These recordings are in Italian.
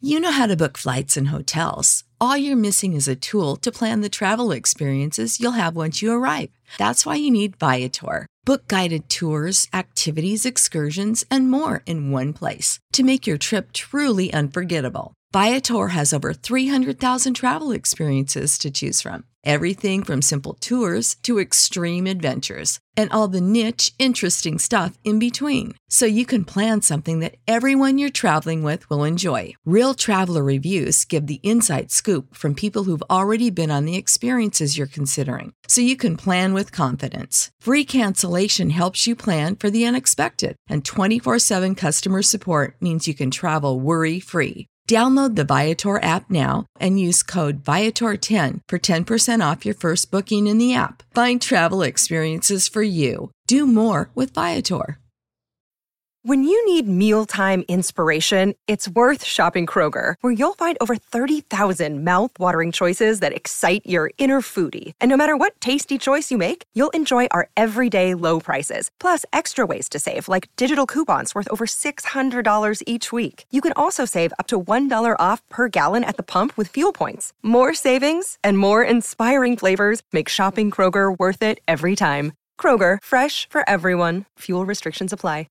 You know how to book flights and hotels. All you're missing is a tool to plan the travel experiences you'll have once you arrive. That's why you need Viator. Book guided tours, activities, excursions, and more in one place to make your trip truly unforgettable. Viator has over 300,000 travel experiences to choose from. Everything from simple tours to extreme adventures and all the niche, interesting stuff in between. So you can plan something that everyone you're traveling with will enjoy. Real traveler reviews give the inside scoop from people who've already been on the experiences you're considering. So you can plan with confidence. Free cancellation helps you plan for the unexpected. And 24/7 customer support means you can travel worry-free. Download the Viator app now and use code Viator10 for 10% off your first booking in the app. Find travel experiences for you. Do more with Viator. When you need mealtime inspiration, it's worth shopping Kroger, where you'll find over 30,000 mouth-watering choices that excite your inner foodie. And no matter what tasty choice you make, you'll enjoy our everyday low prices, plus extra ways to save, like digital coupons worth over $600 each week. You can also save up to $1 off per gallon at the pump with fuel points. More savings and more inspiring flavors make shopping Kroger worth it every time. Kroger, fresh for everyone. Fuel restrictions apply.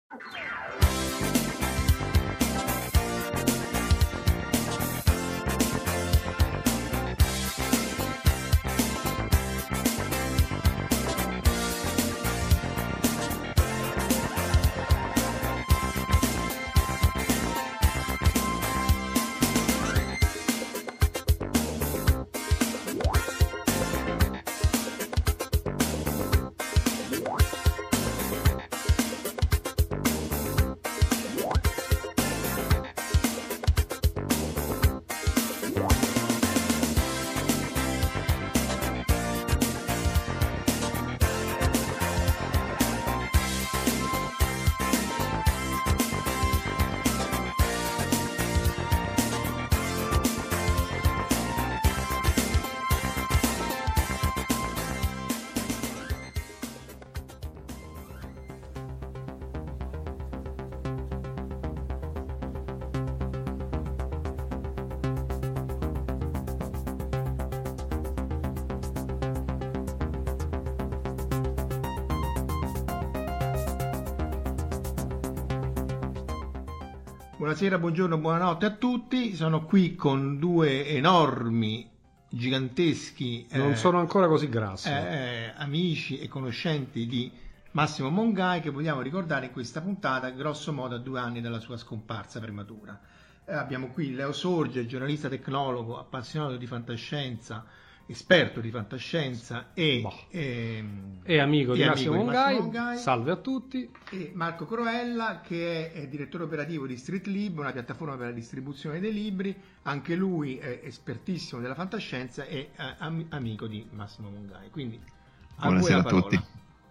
Buonasera, buongiorno, buonanotte a tutti. Sono qui con due enormi, giganteschi non sono ancora così grasso amici e conoscenti di Massimo Mongai, che vogliamo ricordare in questa puntata grosso modo a 2 anni dalla sua scomparsa prematura. Abbiamo qui Leo Sorge, giornalista tecnologo, appassionato di fantascienza, esperto di fantascienza e amico di Massimo Mongai. Salve a tutti. E Marco Croella, che è direttore operativo di Street Lib, una piattaforma per la distribuzione dei libri. Anche lui è espertissimo della fantascienza e amico di Massimo Mongai. Quindi buonasera a tutti.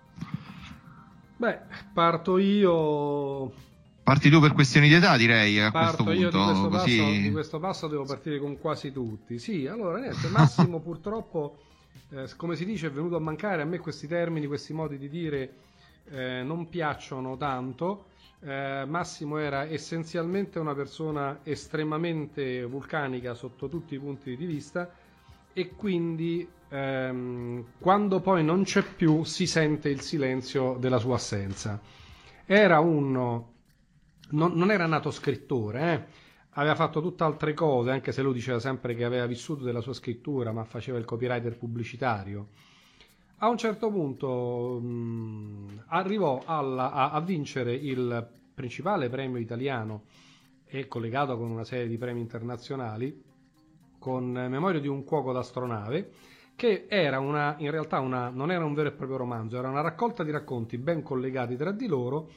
Beh, parto io. Parti tu per questioni di età, direi, a questo punto. Io di questo passo devo partire con quasi tutti. Sì, allora, niente, Massimo purtroppo, come si dice, è venuto a mancare. A me questi termini, questi modi di dire non piacciono tanto. Massimo era essenzialmente una persona estremamente vulcanica sotto tutti i punti di vista e quindi quando poi non c'è più si sente il silenzio della sua assenza. Era uno... Non era nato scrittore, aveva fatto tutt'altre cose, anche se lui diceva sempre che aveva vissuto della sua scrittura, ma faceva il copywriter pubblicitario. A un certo punto arrivò a vincere il principale premio italiano e collegato con una serie di premi internazionali con Memorie di un cuoco d'astronave, che era in realtà non era un vero e proprio romanzo, era una raccolta di racconti ben collegati tra di loro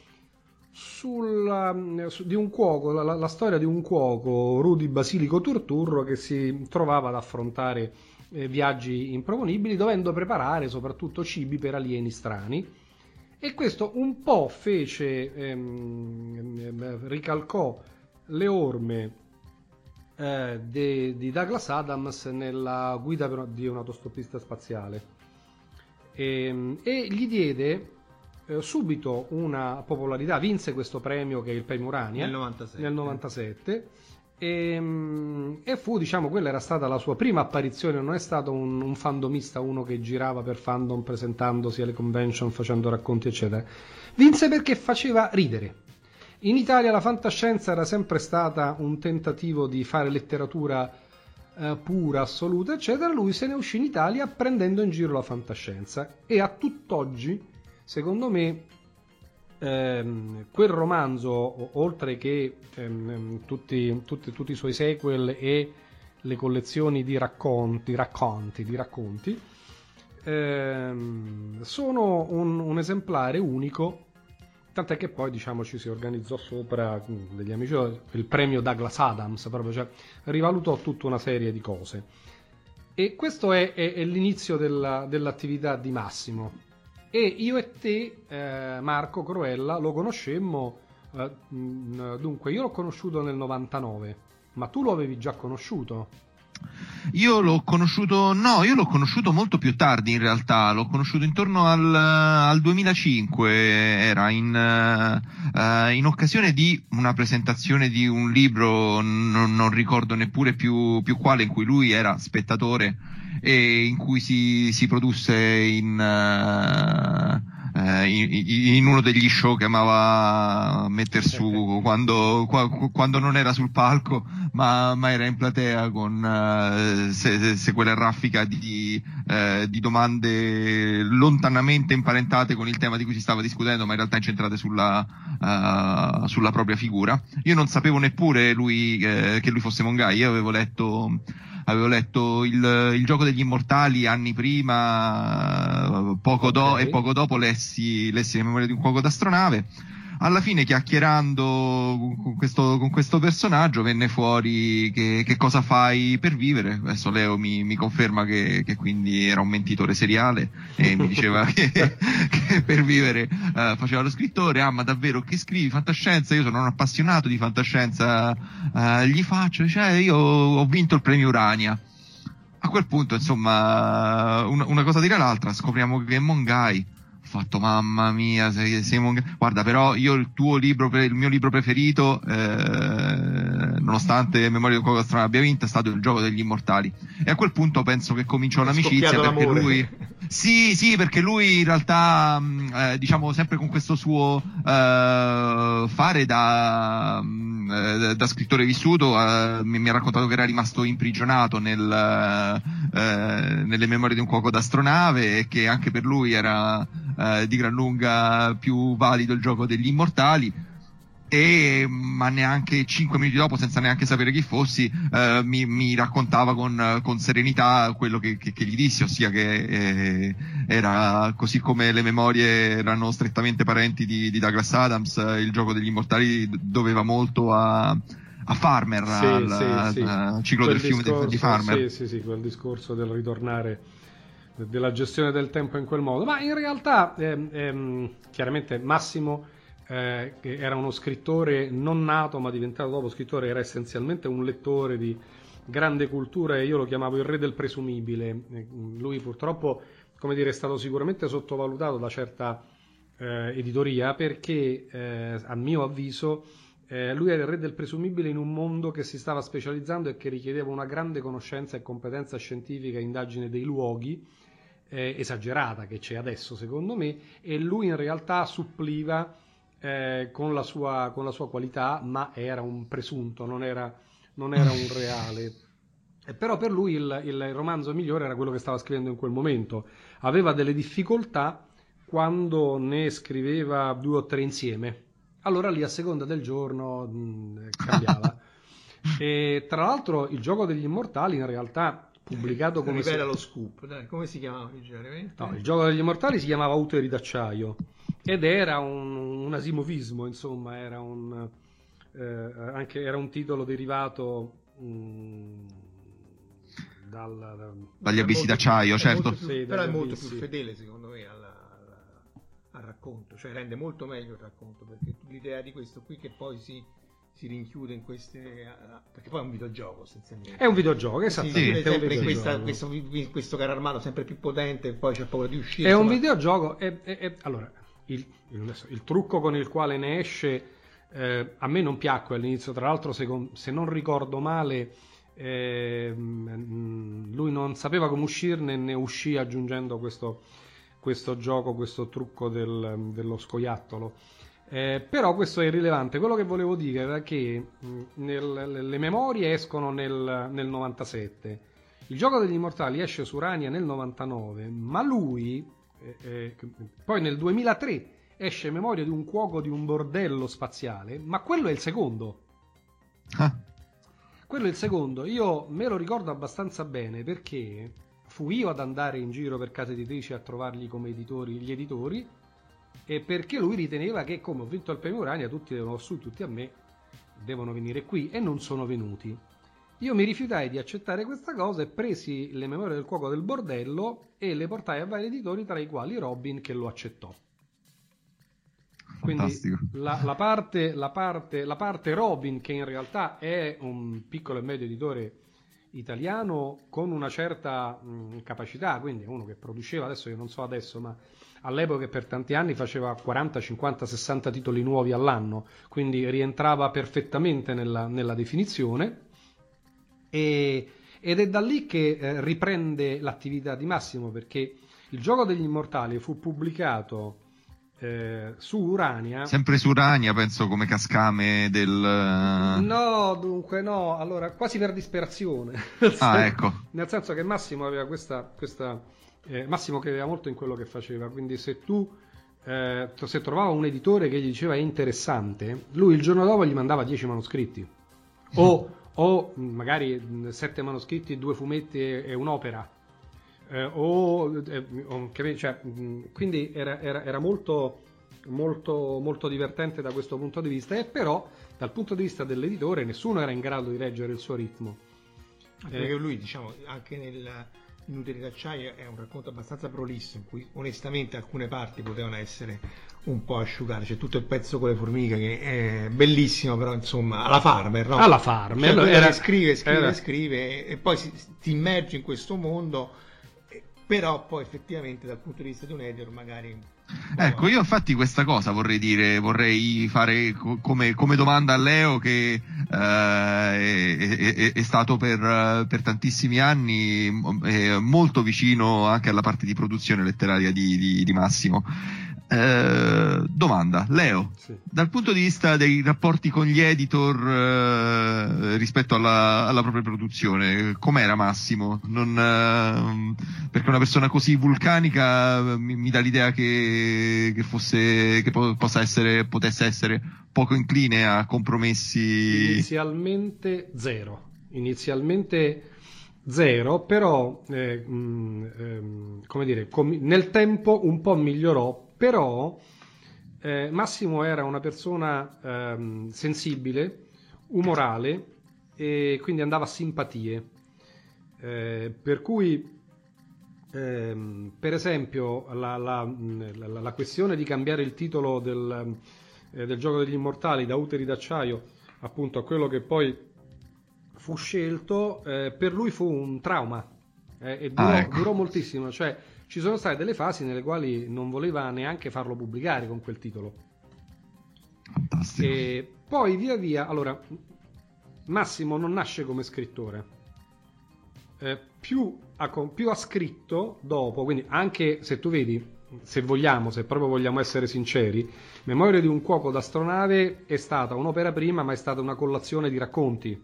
di un cuoco, la storia di un cuoco, Rudy Basilico Turturro, che si trovava ad affrontare viaggi improponibili, dovendo preparare soprattutto cibi per alieni strani, e questo un po' ricalcò le orme di Douglas Adams nella guida di un autostoppista spaziale, e gli diede subito una popolarità. Vinse questo premio, che è il premio Urania, nel 97, e fu, diciamo, quella era stata la sua prima apparizione, non è stato un fandomista, uno che girava per fandom presentandosi alle convention, facendo racconti eccetera. Vinse perché faceva ridere. In Italia la fantascienza era sempre stata un tentativo di fare letteratura pura, assoluta eccetera. Lui se ne uscì in Italia prendendo in giro la fantascienza, e a tutt'oggi secondo me quel romanzo, oltre che tutti i suoi sequel e le collezioni di racconti, sono un esemplare unico, tant'è che poi, diciamo, ci si organizzò sopra degli amici il premio Douglas Adams, proprio, cioè rivalutò tutta una serie di cose, e questo è l'inizio dell'attività di Massimo. E io e te, Marco Croella, lo conoscemmo, dunque io l'ho conosciuto nel 99, ma tu lo avevi già conosciuto? Io l'ho conosciuto molto più tardi in realtà, l'ho conosciuto intorno al 2005, era in occasione di una presentazione di un libro, non ricordo neppure più quale, in cui lui era spettatore e in cui si produsse in uno degli show che amava metter su quando non era sul palco ma era in platea con sequela raffica di domande lontanamente imparentate con il tema di cui si stava discutendo, ma in realtà incentrate sulla propria figura. Io non sapevo neppure che lui fosse Mongai. Io avevo letto il Gioco degli Immortali anni prima, poco dopo lessi Le memorie di un cuoco d'astronave. Alla fine, chiacchierando con questo personaggio, venne fuori che cosa fai per vivere. Adesso Leo mi conferma che quindi era un mentitore seriale, e mi diceva che per vivere faceva lo scrittore. Ma davvero, che scrivi? Fantascienza? Io sono un appassionato di fantascienza, gli faccio, io ho vinto il premio Urania. A quel punto, insomma, una cosa tira l'altra, scopriamo che è Mongai. Ho fatto, mamma mia, sei Mongai. Guarda, però io il mio libro preferito, nonostante Memoria di un cuoco d'astronave abbia vinto, è stato Il Gioco degli Immortali. E a quel punto penso che cominciò l'amicizia, perché lui sì, perché lui in realtà diciamo sempre con questo suo fare da scrittore vissuto, mi ha raccontato che era rimasto imprigionato nelle Memorie di un cuoco d'astronave, e che anche per lui era di gran lunga più valido Il Gioco degli Immortali. Ma neanche 5 minuti dopo, senza neanche sapere chi fossi, mi raccontava con serenità quello che gli dissi, ossia che era, così come le memorie erano strettamente parenti di Douglas Adams, Il Gioco degli Immortali doveva molto a Farmer, al ciclo del fiume di Farmer. Sì, quel discorso del ritornare, della gestione del tempo in quel modo. Ma in realtà chiaramente Massimo, che era uno scrittore non nato ma diventato dopo scrittore, era essenzialmente un lettore di grande cultura, e io lo chiamavo il re del presumibile. Lui purtroppo, come dire, è stato sicuramente sottovalutato da certa editoria, perché a mio avviso lui era il re del presumibile in un mondo che si stava specializzando e che richiedeva una grande conoscenza e competenza scientifica e indagine dei luoghi, esagerata, che c'è adesso secondo me, e lui in realtà suppliva con la sua qualità, ma era un presunto, non era un reale. Però per lui il romanzo migliore era quello che stava scrivendo in quel momento. Aveva delle difficoltà quando ne scriveva 2 o 3 insieme, allora lì a seconda del giorno cambiava. E tra l'altro Il Gioco degli Immortali in realtà, pubblicato come... Rivela lo scoop, dai, come si chiamava originariamente? No, Il Gioco degli Immortali si chiamava Uteri d'acciaio, ed era un asimovismo, insomma, era era un titolo derivato dagli abissi d'acciaio, certo. Però è molto più fedele, secondo me, al racconto, cioè rende molto meglio il racconto, perché l'idea di questo qui che poi si rinchiude in queste, perché poi è un videogioco essenzialmente. È un videogiogo, esattamente. Sempre in questo carro armato sempre più potente, e poi c'è paura di uscire. È un videogioco. Allora, il trucco con il quale ne esce A me non piacque all'inizio, tra l'altro se non ricordo male lui non sapeva come uscirne, ne uscì aggiungendo questo gioco, questo trucco dello scoiattolo. Però questo è irrilevante. Quello che volevo dire era che le memorie escono nel 97, il gioco degli immortali esce su Urania nel 99, ma lui poi nel 2003 esce Memoria di un cuoco di un bordello spaziale, ma quello è il secondo. Quello è il secondo. Io me lo ricordo abbastanza bene perché fui io ad andare in giro per case editrici a trovargli come gli editori, e perché lui riteneva che, come ho vinto il premio Urania, tutti devono su, tutti a me, devono venire qui, e non sono venuti. Io mi rifiutai di accettare questa cosa e presi le memorie del cuoco del bordello e le portai a vari editori, tra i quali Robin, che lo accettò. Quindi la parte Robin, che in realtà è un piccolo e medio editore italiano con una certa capacità, quindi è uno che produceva, adesso io non so adesso, ma all'epoca per tanti anni faceva 40, 50, 60 titoli nuovi all'anno, quindi rientrava perfettamente nella definizione, ed è da lì che riprende l'attività di Massimo, perché il gioco degli immortali fu pubblicato su Urania, sempre su Urania, penso, come cascame del no, dunque no, allora quasi per disperazione. Ecco, nel senso che Massimo aveva questa Massimo credeva molto in quello che faceva, quindi se trovava un editore che gli diceva è interessante, lui il giorno dopo gli mandava 10 manoscritti o magari 7 manoscritti, 2 fumetti e un'opera. Quindi era molto, molto, molto divertente da questo punto di vista, e però dal punto di vista dell'editore nessuno era in grado di reggere il suo ritmo, perché lui, diciamo, anche in Uteri d'acciaio è un racconto abbastanza prolisso, in cui onestamente alcune parti potevano essere un po' asciugate. C'è tutto il pezzo con le formiche che è bellissimo, però insomma alla Farmer, no? Alla Farmer, cioè, scrive e poi ti immergi in questo mondo, però poi effettivamente dal punto di vista di un editor magari ecco, io infatti questa cosa vorrei fare come domanda a Leo, che è stato per tantissimi anni molto vicino anche alla parte di produzione letteraria di Massimo. Domanda, Leo, sì, dal punto di vista dei rapporti con gli editor rispetto alla propria produzione, com'era Massimo? Perché una persona così vulcanica mi dà l'idea che potesse essere poco incline a compromessi. Inizialmente zero, però come dire, nel tempo un po' migliorò. Però Massimo era una persona sensibile, umorale, e quindi andava a simpatie, per cui per esempio la questione di cambiare il titolo del gioco degli immortali da Uteri d'acciaio appunto a quello che poi fu scelto, per lui fu un trauma, e durò moltissimo, cioè ci sono state delle fasi nelle quali non voleva neanche farlo pubblicare con quel titolo. Fantastico. E poi via via, allora, Massimo non nasce come scrittore, più ha scritto dopo, quindi anche se tu vedi, se proprio vogliamo essere sinceri, Memoria di un cuoco d'astronave è stata un'opera prima, ma è stata una collazione di racconti.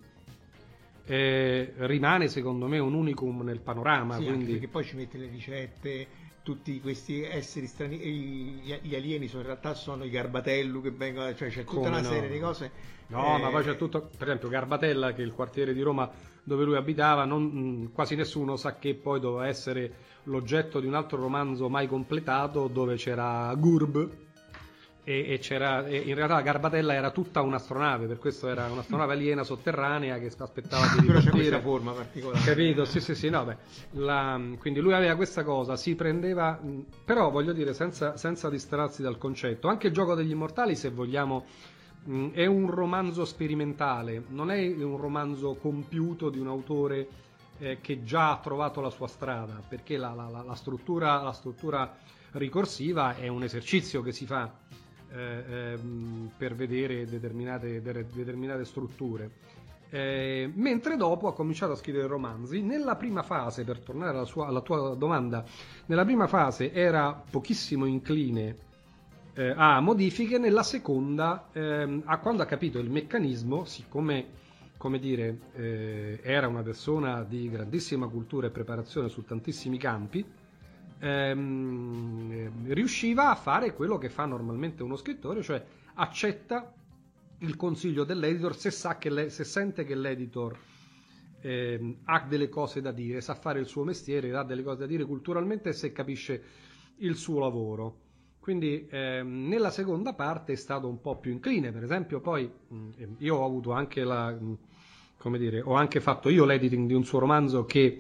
Rimane secondo me un unicum nel panorama, sì, quindi perché poi ci mette le ricette, tutti questi esseri strani, gli alieni in realtà sono i Garbatellu che vengono, cioè c'è tutta una serie di cose. Ma poi c'è tutto, per esempio Garbatella, che è il quartiere di Roma dove lui abitava, quasi nessuno sa che poi doveva essere l'oggetto di un altro romanzo mai completato, dove c'era Gurb, e in realtà Garbatella era tutta un'astronave, per questo era un'astronave aliena sotterranea che aspettava di però ripartire. c'è questa forma particolare, capito? Sì, no, beh, quindi lui aveva questa cosa, si prendeva, però voglio dire, senza distrarsi dal concetto, anche il gioco degli immortali, se vogliamo, è un romanzo sperimentale, non è un romanzo compiuto di un autore che già ha trovato la sua strada, perché la struttura ricorsiva è un esercizio che si fa per vedere determinate strutture. Mentre dopo ha cominciato a scrivere romanzi. Nella prima fase, per tornare alla tua domanda, nella prima fase era pochissimo incline a modifiche, nella seconda, quando ha capito il meccanismo, siccome era una persona di grandissima cultura e preparazione su tantissimi campi, riusciva a fare quello che fa normalmente uno scrittore, cioè accetta il consiglio dell'editor se sente che l'editor ha delle cose da dire, sa fare il suo mestiere, ha delle cose da dire culturalmente, e se capisce il suo lavoro. Quindi nella seconda parte è stato un po' più incline. Per esempio, poi io ho avuto anche ho anche fatto io l'editing di un suo romanzo che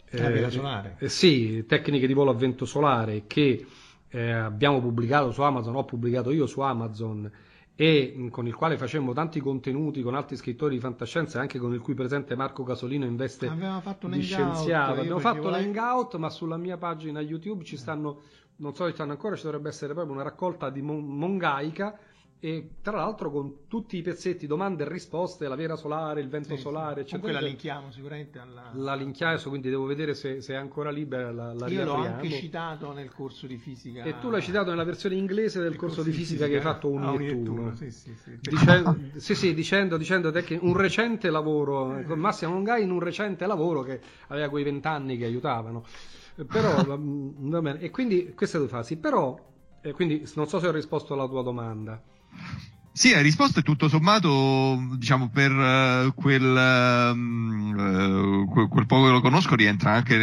sì, Tecniche di volo a vento solare, che abbiamo pubblicato su Amazon, ho pubblicato io su Amazon, e con il quale facemmo tanti contenuti con altri scrittori di fantascienza, anche con il cui presente Marco Casolino investe di scienziato. Abbiamo fatto l'hangout, ma sulla mia pagina YouTube ci stanno, non so se stanno ancora, ci dovrebbe essere proprio una raccolta di mongaica, e tra l'altro con tutti i pezzetti, domande e risposte, la vera solare, il vento solare, eccetera. Comunque la linkiamo sicuramente la linkiamo, quindi devo vedere se è ancora libera, la io riapriamo. l'ho anche citato nel corso di fisica, e tu l'hai citato nella versione inglese del corso di fisica che hai fatto a Nettuno. Dicendo che un recente lavoro con Massimo Mongai, in un recente lavoro che aveva quei 20 anni che aiutavano, però va bene. E quindi queste due fasi, però quindi non so se ho risposto alla tua domanda. Sì, hai risposto, e tutto sommato, diciamo, per quel poco che lo conosco, rientra anche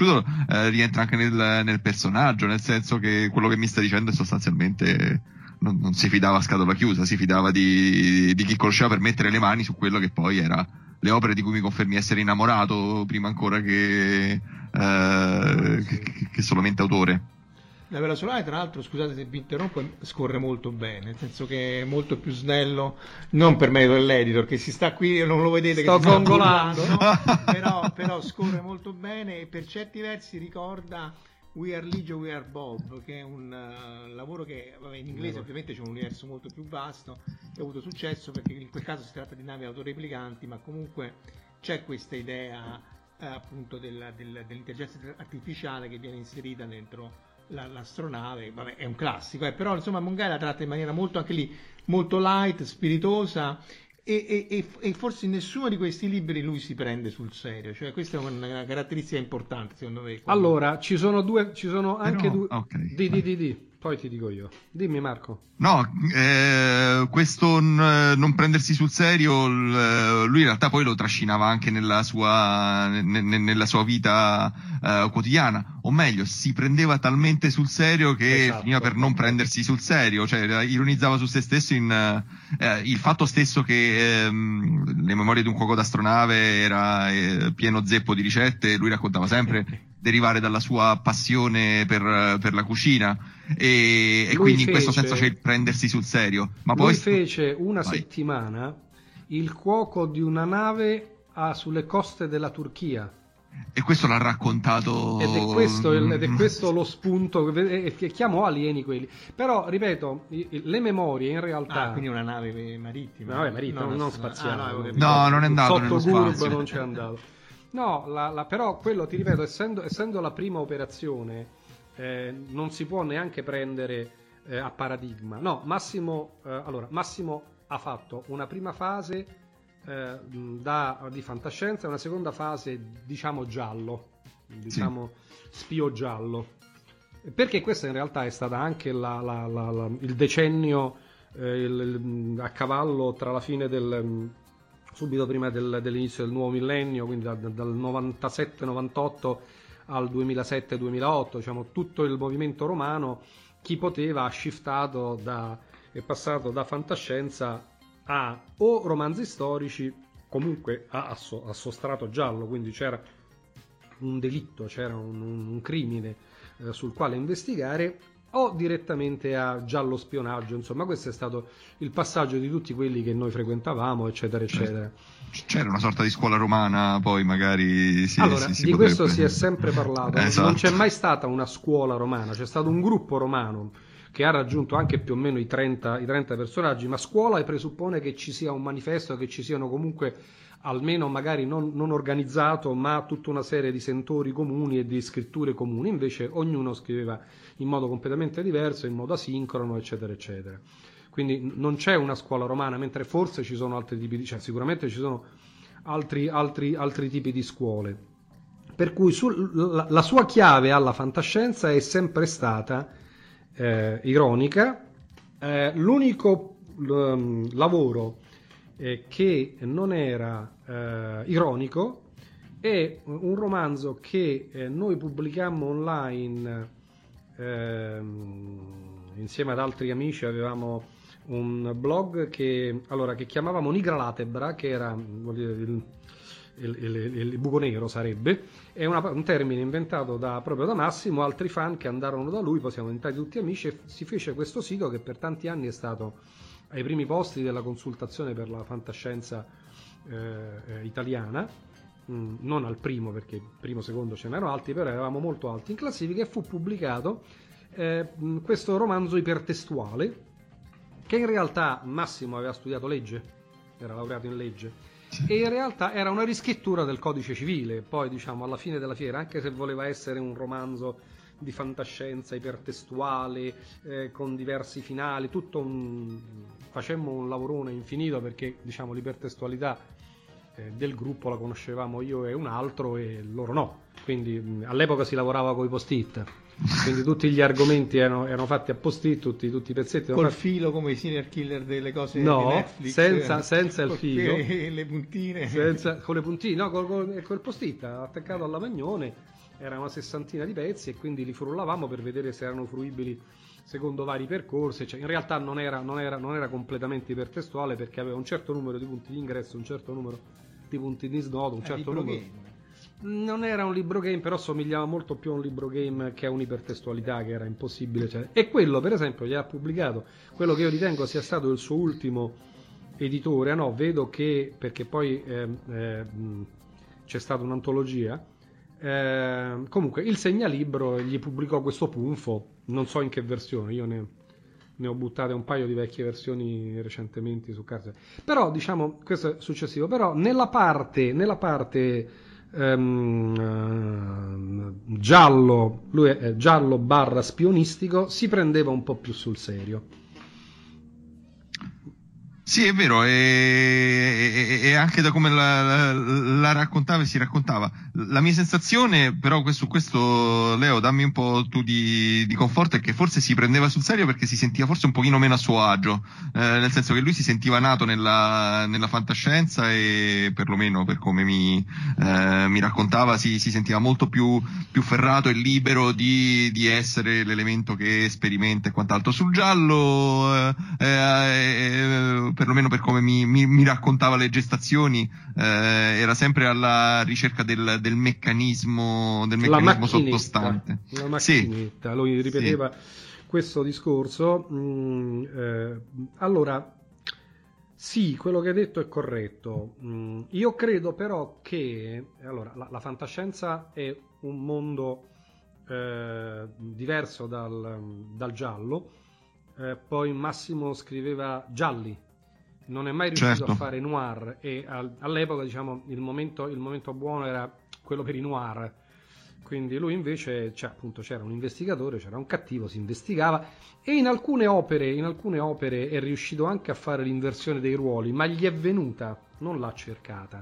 nel personaggio, nel senso che quello che mi sta dicendo è sostanzialmente non si fidava a scatola chiusa, si fidava di chi conosceva per mettere le mani su quello che poi era le opere di cui mi confermi essere innamorato, prima ancora che solamente autore. La Vela Solare, tra l'altro, scusate se vi interrompo, scorre molto bene, nel senso che è molto più snello, non per merito dell'editor che si sta qui, non lo vedete, sto zongolando, però scorre molto bene, e per certi versi ricorda We Are Legion, We Are Bob, che è un lavoro che in inglese ovviamente c'è un universo molto più vasto, e ha avuto successo perché in quel caso si tratta di navi autoreplicanti, ma comunque c'è questa idea appunto dell'intelligenza artificiale che viene inserita dentro l'astronave. Vabbè, è un classico, però insomma Mongai la tratta in maniera molto, anche lì, molto light, spiritosa, e forse in nessuno di questi libri lui si prende sul serio, cioè questa è una caratteristica importante secondo me. Allora, ci sono anche due. Okay. Di. Poi ti dico io. Dimmi, Marco. No, questo non prendersi sul serio, lui in realtà poi lo trascinava anche nella sua vita quotidiana, o meglio, si prendeva talmente sul serio che finiva per non prendersi sul serio, cioè ironizzava su se stesso in il fatto stesso che Le memorie di un cuoco d'astronave era pieno zeppo di ricette, lui raccontava sempre derivare dalla sua passione per la cucina, e quindi in questo senso c'è il prendersi sul serio. Ma lui poi fece una settimana il cuoco di una nave sulle coste della Turchia, e questo l'ha raccontato, ed è questo lo spunto che chiamò alieni quelli. Però ripeto, le memorie in realtà quindi una nave marittima, non spaziale, no, non è andato nello spazio, spazio, non c'è andato. No, però quello, ti ripeto, essendo la prima operazione, non si può neanche prendere a paradigma. No, Massimo ha fatto una prima fase di fantascienza, una seconda fase, diciamo, giallo, spio giallo, perché questa in realtà è stata anche il decennio a cavallo tra la fine subito prima dell'inizio del nuovo millennio, quindi dal 97-98 al 2007-2008, diciamo, tutto il movimento romano, chi poteva ha shiftato è passato da fantascienza a o romanzi storici, comunque a sostrato giallo, quindi c'era un delitto, c'era un crimine sul quale investigare, o direttamente a giallo spionaggio. Insomma, questo è stato il passaggio di tutti quelli che noi frequentavamo, eccetera eccetera. C'era una sorta di scuola romana, poi magari di questo si è sempre parlato. Esatto. Non c'è mai stata una scuola romana, c'è stato un gruppo romano che ha raggiunto anche più o meno i 30 personaggi, ma scuola presuppone che ci sia un manifesto, che ci siano comunque almeno magari non organizzato, ma tutta una serie di sentori comuni e di scritture comuni. Invece ognuno scriveva in modo completamente diverso, in modo asincrono, eccetera, eccetera. Quindi non c'è una scuola romana, mentre forse ci sono altri tipi cioè sicuramente ci sono altri tipi di scuole. Per cui la sua chiave alla fantascienza è sempre stata ironica. L'unico lavoro che non era ironico è un romanzo che noi pubblicammo online insieme ad altri amici. Avevamo un blog che chiamavamo Nigra Latebra, che era il buco nero, sarebbe, è un termine inventato proprio da Massimo. Altri fan che andarono da lui, poi siamo diventati tutti amici e si fece questo sito che per tanti anni è stato ai primi posti della consultazione per la fantascienza italiana, non al primo, perché primo secondo ce n'erano altri, però eravamo molto alti in classifica, e fu pubblicato questo romanzo ipertestuale, che in realtà Massimo aveva studiato legge, era laureato in legge, e in realtà era una riscrittura del codice civile. Poi, diciamo, alla fine della fiera, anche se voleva essere un romanzo di fantascienza ipertestuale con diversi finali, facemmo un lavorone infinito, perché, diciamo, l'ipertestualità del gruppo la conoscevamo io e un altro, e loro no, quindi all'epoca si lavorava coi post-it, quindi tutti gli argomenti erano fatti a post-it, tutti i pezzetti col filo, come i serial killer delle cose di Netflix, senza il filo, le puntine, con le puntine, no, col post-it attaccato alla magnone. Era una sessantina di pezzi, e quindi li frullavamo per vedere se erano fruibili secondo vari percorsi. Cioè, in realtà non era completamente ipertestuale, perché aveva un certo numero di punti di ingresso, un certo numero di punti di snodo, un certo numero. Game. Non era un libro game, però somigliava molto più a un libro game che a un'ipertestualità che era impossibile. Cioè. E quello, per esempio, gli ha pubblicato quello che io ritengo sia stato il suo ultimo editore. No, vedo che, perché poi c'è stata un'antologia. Comunque il segnalibro gli pubblicò questo punfo, non so in che versione, io ne ho buttate un paio di vecchie versioni recentemente su carta, però diciamo questo è successivo. Però nella parte giallo, lui è giallo / spionistico, si prendeva un po' più sul serio. Sì, è vero, e anche da come la raccontava e si raccontava. La mia sensazione, però, su questo, Leo, dammi un po' tu di conforto, è che forse si prendeva sul serio perché si sentiva forse un pochino meno a suo agio, nel senso che lui si sentiva nato nella fantascienza, e perlomeno per come mi raccontava si sentiva molto più ferrato e libero di essere l'elemento che sperimenta e quant'altro. Sul giallo, perlomeno per come mi raccontava le gestazioni, era sempre alla ricerca del meccanismo sottostante. La macchinetta, lui ripeteva questo discorso. Allora, sì, quello che hai detto è corretto. Io credo però che la fantascienza è un mondo diverso dal giallo. Poi Massimo scriveva gialli, non è mai riuscito a fare noir, e all'epoca, diciamo, il momento buono era quello per i noir. Quindi lui invece, appunto, c'era un investigatore, c'era un cattivo, si investigava, e in alcune opere è riuscito anche a fare l'inversione dei ruoli, ma gli è venuta, non l'ha cercata.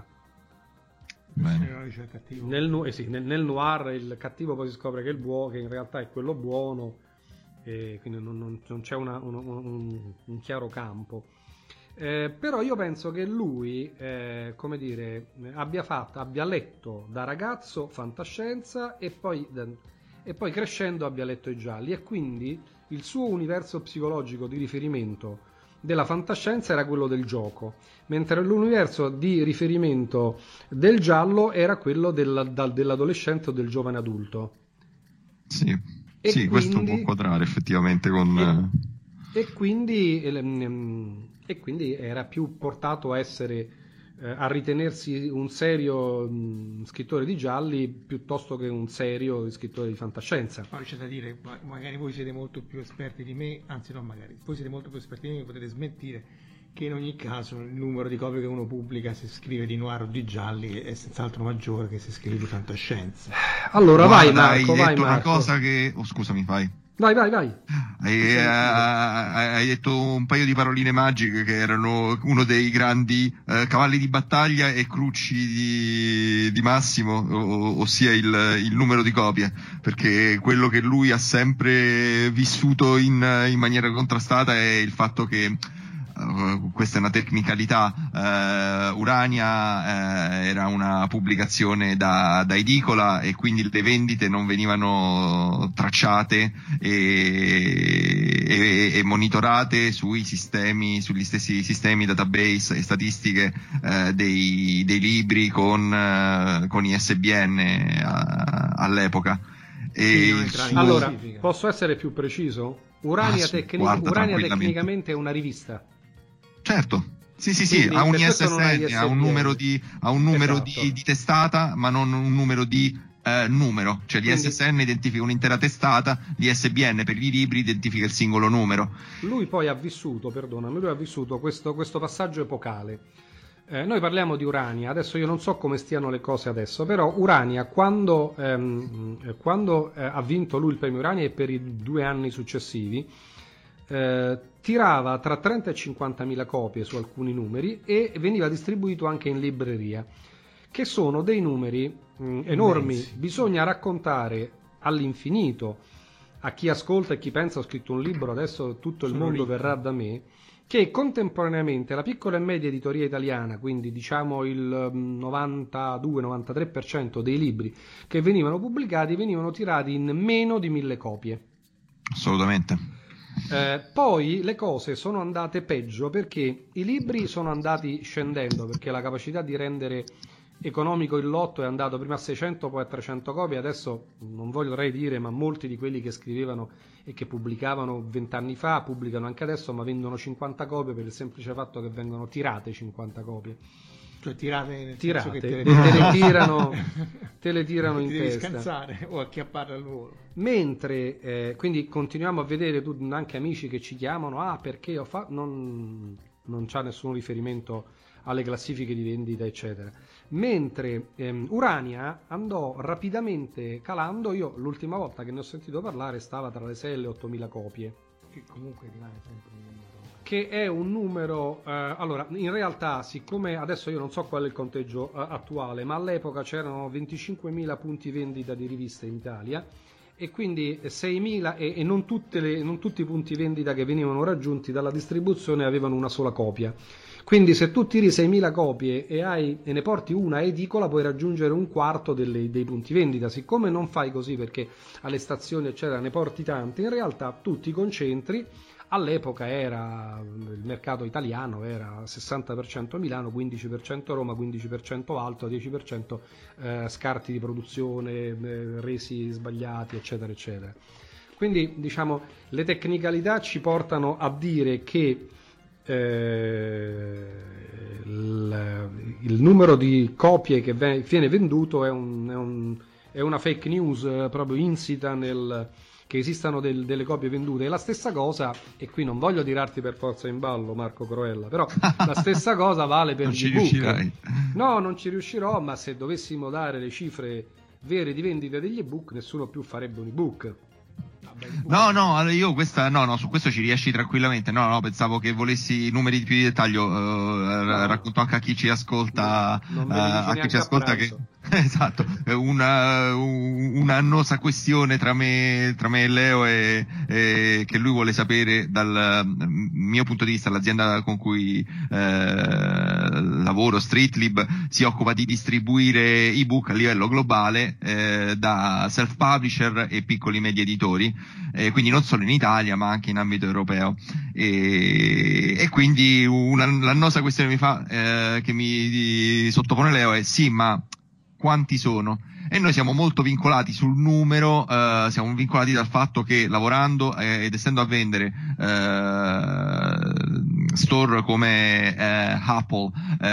Nel noir il cattivo poi si scopre che che in realtà è quello buono, e quindi non c'è un chiaro campo. Però io penso che lui, come dire, abbia letto da ragazzo fantascienza, e poi crescendo abbia letto i gialli, e quindi il suo universo psicologico di riferimento della fantascienza era quello del gioco, mentre l'universo di riferimento del giallo era quello dell'adolescente o del giovane adulto. Sì, quindi, questo può quadrare effettivamente con... E quindi era più portato a essere a ritenersi un serio scrittore di gialli piuttosto che un serio scrittore di fantascienza. Poi c'è da dire, magari voi siete molto più esperti di me, anzi no, magari voi siete molto più esperti di me, potete smentire che in ogni caso il numero di copie che uno pubblica se scrive di noir o di gialli è senz'altro maggiore che se scrive di fantascienza. Allora vai Marco, hai vai detto Marco. una cosa che... Oh, scusami, vai. Vai. Hai detto un paio di paroline magiche che erano uno dei grandi cavalli di battaglia e crucci di Massimo, ossia il numero di copie, perché quello che lui ha sempre vissuto in maniera contrastata è il fatto che questa è una tecnicalità, Urania era una pubblicazione da edicola e quindi le vendite non venivano tracciate e monitorate sugli stessi sistemi database e statistiche dei libri con ISBN all'epoca. Allora, posso essere più preciso? Urania tecnicamente è una rivista. Certo, sì, ha un ISSN, ha un numero di testata, ma non un numero di numero, cioè l'ISSN identifica un'intera testata, l'ISBN per i libri identifica il singolo numero. Lui poi ha vissuto questo passaggio epocale. Noi parliamo di Urania, adesso io non so come stiano le cose adesso, però Urania quando ha vinto lui il premio Urania e per i 2 anni successivi tirava tra 30 e 50.000 copie su alcuni numeri e veniva distribuito anche in libreria, che sono dei numeri enormi. Bisogna raccontare all'infinito a chi ascolta e chi pensa ho scritto un libro, adesso tutto il mondo verrà da me, che contemporaneamente la piccola e media editoria italiana, quindi diciamo il 92-93% dei libri che venivano pubblicati venivano tirati in meno di 1.000 copie. Assolutamente. Poi le cose sono andate peggio perché i libri sono andati scendendo, perché la capacità di rendere economico il lotto è andato prima a 600 poi a 300 copie. Adesso non vorrei dire, ma molti di quelli che scrivevano e che pubblicavano 20 anni fa pubblicano anche adesso, ma vendono 50 copie per il semplice fatto che vengono tirate 50 copie. Cioè tirate nel senso senso che te le tirano in devi testa scansare o acchiappare al volo. Mentre quindi continuiamo a vedere anche amici che ci chiamano perché non c'ha nessun riferimento alle classifiche di vendita eccetera, mentre Urania andò rapidamente calando. Io l'ultima volta che ne ho sentito parlare stava tra le 6 e le 8.000 copie, che comunque rimane sempre un numero, che è un numero allora in realtà, siccome adesso io non so qual è il conteggio attuale, ma all'epoca c'erano 25.000 punti vendita di riviste in Italia e quindi 6.000 e non tutti i punti vendita che venivano raggiunti dalla distribuzione avevano una sola copia. Quindi se tu tiri 6.000 copie e ne porti una edicola puoi raggiungere un quarto dei punti vendita. Siccome non fai così perché alle stazioni eccetera ne porti tanti, in realtà tu ti concentri. All'epoca il mercato italiano era 60% Milano, 15% Roma, 15% Alto, 10% scarti di produzione, resi sbagliati eccetera eccetera. Quindi diciamo le tecnicalità ci portano a dire che il numero di copie che viene venduto è una fake news proprio insita che esistano delle copie vendute. E la stessa cosa, e qui non voglio tirarti per forza in ballo Marco Croella, però la stessa cosa vale per gli ebook. No, non ci riuscirò, ma se dovessimo dare le cifre vere di vendita degli ebook nessuno più farebbe un ebook. No, io su questo ci riesci tranquillamente. No, pensavo che volessi numeri più di dettaglio. Racconto anche a chi ci ascolta, che esatto, un'annosa questione tra me e Leo e che lui vuole sapere dal mio punto di vista. L'azienda con cui lavoro, Streetlib, si occupa di distribuire ebook a livello globale da self-publisher e piccoli media editori, quindi non solo in Italia ma anche in ambito europeo, e quindi l'annosa questione che mi sottopone Leo è: sì, ma quanti sono? E noi siamo molto vincolati sul numero, siamo vincolati dal fatto che lavorando ed essendo a vendere store come Apple,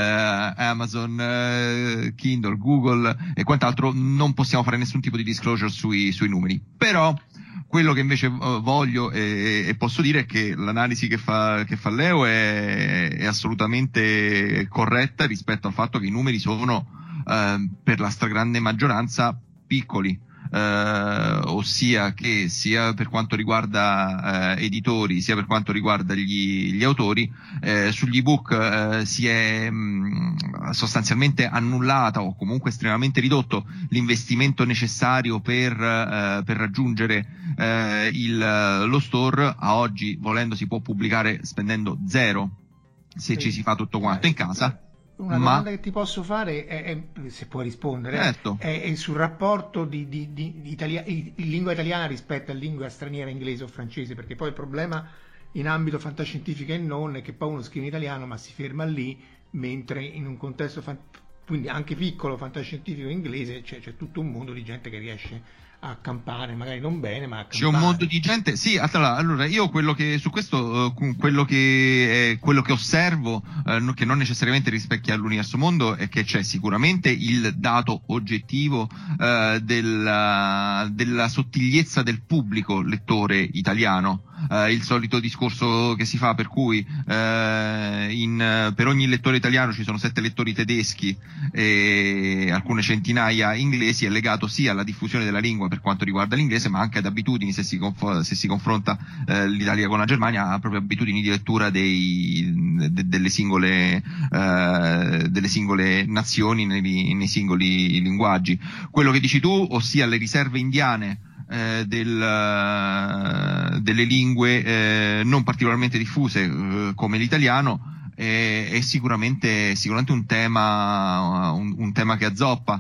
Amazon, Kindle, Google e quant'altro non possiamo fare nessun tipo di disclosure sui numeri. Però quello che invece voglio e posso dire è che l'analisi che fa Leo è assolutamente corretta rispetto al fatto che i numeri sono per la stragrande maggioranza piccoli. Ossia che sia per quanto riguarda editori sia per quanto riguarda gli autori, sugli ebook si è sostanzialmente annullata o comunque estremamente ridotto l'investimento necessario per raggiungere lo store. A oggi, volendo, si può pubblicare spendendo zero se ci si fa tutto quanto in casa. Una domanda che ti posso fare è se puoi rispondere, certo, è sul rapporto di lingua italiana rispetto a lingua straniera, inglese o francese, perché poi il problema in ambito fantascientifico e non è che poi uno scrive in italiano ma si ferma lì, mentre in un contesto quindi anche piccolo fantascientifico inglese c'è tutto un mondo di gente che riesce a campare, magari non bene, ma a campare. C'è un mondo di gente, sì. Allora io quello che su questo quello che osservo, che non necessariamente rispecchia l'universo mondo, è che c'è sicuramente il dato oggettivo della sottigliezza del pubblico lettore italiano. Il solito discorso che si fa per cui per ogni lettore italiano ci sono 7 lettori tedeschi e alcune centinaia inglesi, è legato sia alla diffusione della lingua per quanto riguarda l'inglese, ma anche ad abitudini, se si confronta l'Italia con la Germania, ha proprio abitudini di lettura delle singole nazioni nei singoli linguaggi. Quello che dici tu, ossia le riserve indiane delle lingue non particolarmente diffuse come l'italiano, è sicuramente un tema che azzoppa.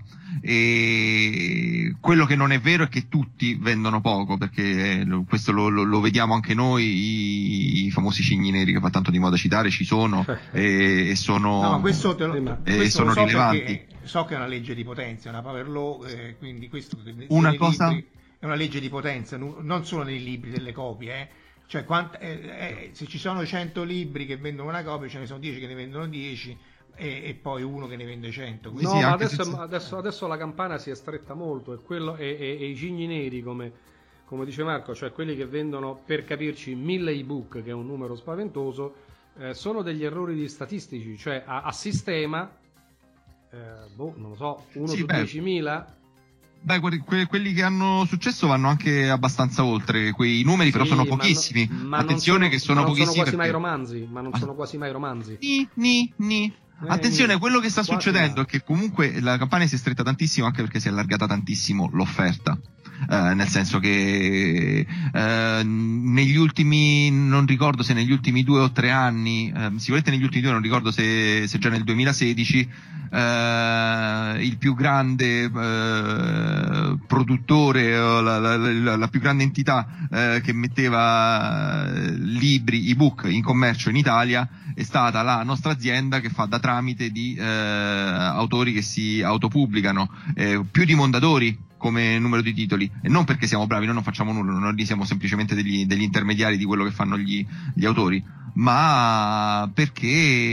E quello che non è vero è che tutti vendono poco, perché questo lo vediamo anche noi, i famosi cigni neri che fa tanto di moda citare ci sono e sono, no, questo sono rilevanti. So che è una legge di potenza, è una power law, quindi questo una cosa libri, è una legge di potenza, non solo nei libri delle copie, cioè se ci sono 100 libri che vendono una copia, ce ne sono 10 che ne vendono 10 e poi uno che ne vende 100. No, sì, ma adesso la campana si è stretta molto, e i cigni neri, come dice Marco, cioè quelli che vendono, per capirci, 1000 ebook, che è un numero spaventoso, sono degli errori statistici, cioè a sistema, non lo so, 1 su 10.000. Beh, quelli che hanno successo vanno anche abbastanza oltre quei numeri, però sono pochissimi. Attenzione, che sono pochissimi. Non sono quasi mai romanzi. Attenzione, quello che sta succedendo è che comunque la campagna si è stretta tantissimo, anche perché si è allargata tantissimo l'offerta. Nel senso che negli ultimi, non ricordo se negli ultimi 2 o 3 anni, sicuramente negli ultimi 2, non ricordo se già nel 2016, il più grande produttore, la più grande entità che metteva libri, ebook in commercio in Italia è stata la nostra azienda, che fa da tramite di autori che si autopubblicano, più di Mondadori come numero di titoli, e non perché siamo bravi, noi non facciamo nulla, noi siamo semplicemente degli intermediari di quello che fanno gli autori, ma perché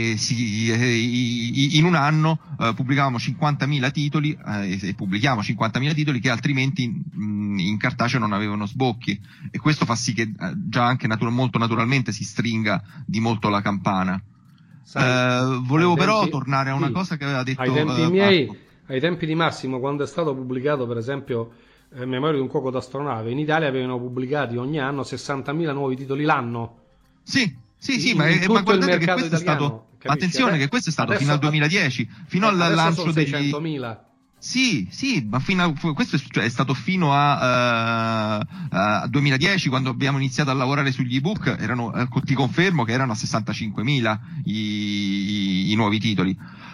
in un anno pubblicavamo 50.000 titoli e pubblichiamo 50.000 titoli che altrimenti in cartaceo non avevano sbocchi, e questo fa sì che già anche molto naturalmente si stringa di molto la campana. Volevo però tornare a una cosa che aveva detto ai tempi di Massimo, quando è stato pubblicato, per esempio, Memoria di un cuoco d'astronave, in Italia avevano pubblicati ogni anno 60.000 nuovi titoli l'anno. Sì, ma guardate che questo è stato, attenzione, che questo è stato fino al 2010, fino al lancio degli 600.000. Sì, ma questo è stato fino a 2010, quando abbiamo iniziato a lavorare sugli ebook. Ti confermo che erano a 65.000 i nuovi titoli.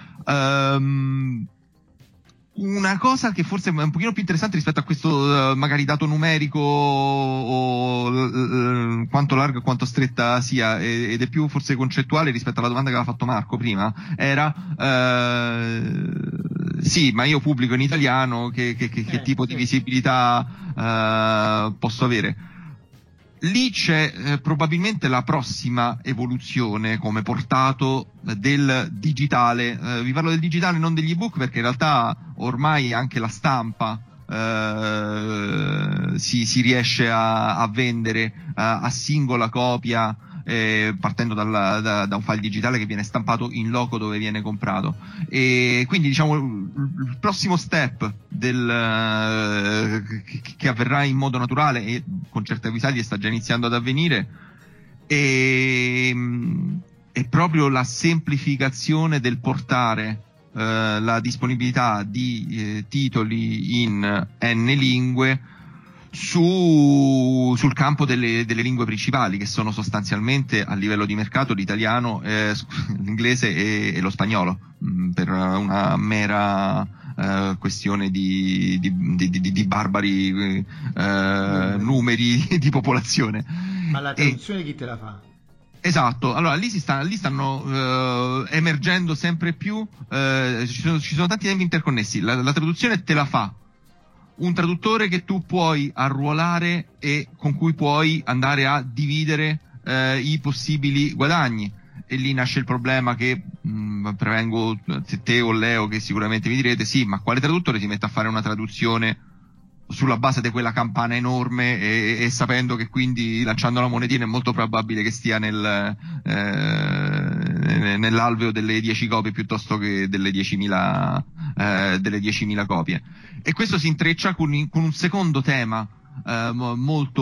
Una cosa che forse è un pochino più interessante rispetto a questo magari dato numerico, o quanto larga e quanto stretta sia, ed è più forse concettuale rispetto alla domanda che aveva fatto Marco prima, era sì, ma io pubblico in italiano, che tipo di visibilità posso avere? lì c'è probabilmente la prossima evoluzione come portato del digitale. Vi parlo del digitale, non degli ebook, perché in realtà ormai anche la stampa si riesce a vendere a singola copia, partendo da un file digitale che viene stampato in loco dove viene comprato. E quindi diciamo il prossimo step che avverrà in modo naturale e con certi avvisaglie sta già iniziando ad avvenire è proprio la semplificazione del portare la disponibilità di titoli in N lingue sul campo delle lingue principali, che sono sostanzialmente a livello di mercato l'italiano, l'inglese e lo spagnolo, per una mera questione di barbari numeri di popolazione. Ma la traduzione chi te la fa? Esatto, allora lì stanno emergendo sempre più, ci sono tanti temi interconnessi. La traduzione te la fa un traduttore che tu puoi arruolare e con cui puoi andare a dividere i possibili guadagni, e lì nasce il problema che prevengo te o Leo, che sicuramente mi direte: sì, ma quale traduttore si mette a fare una traduzione sulla base di quella campana enorme e sapendo che quindi lanciando la monetina è molto probabile che stia nell'alveo delle 10 copie piuttosto che delle 10.000 copie. E questo si intreccia con un secondo tema molto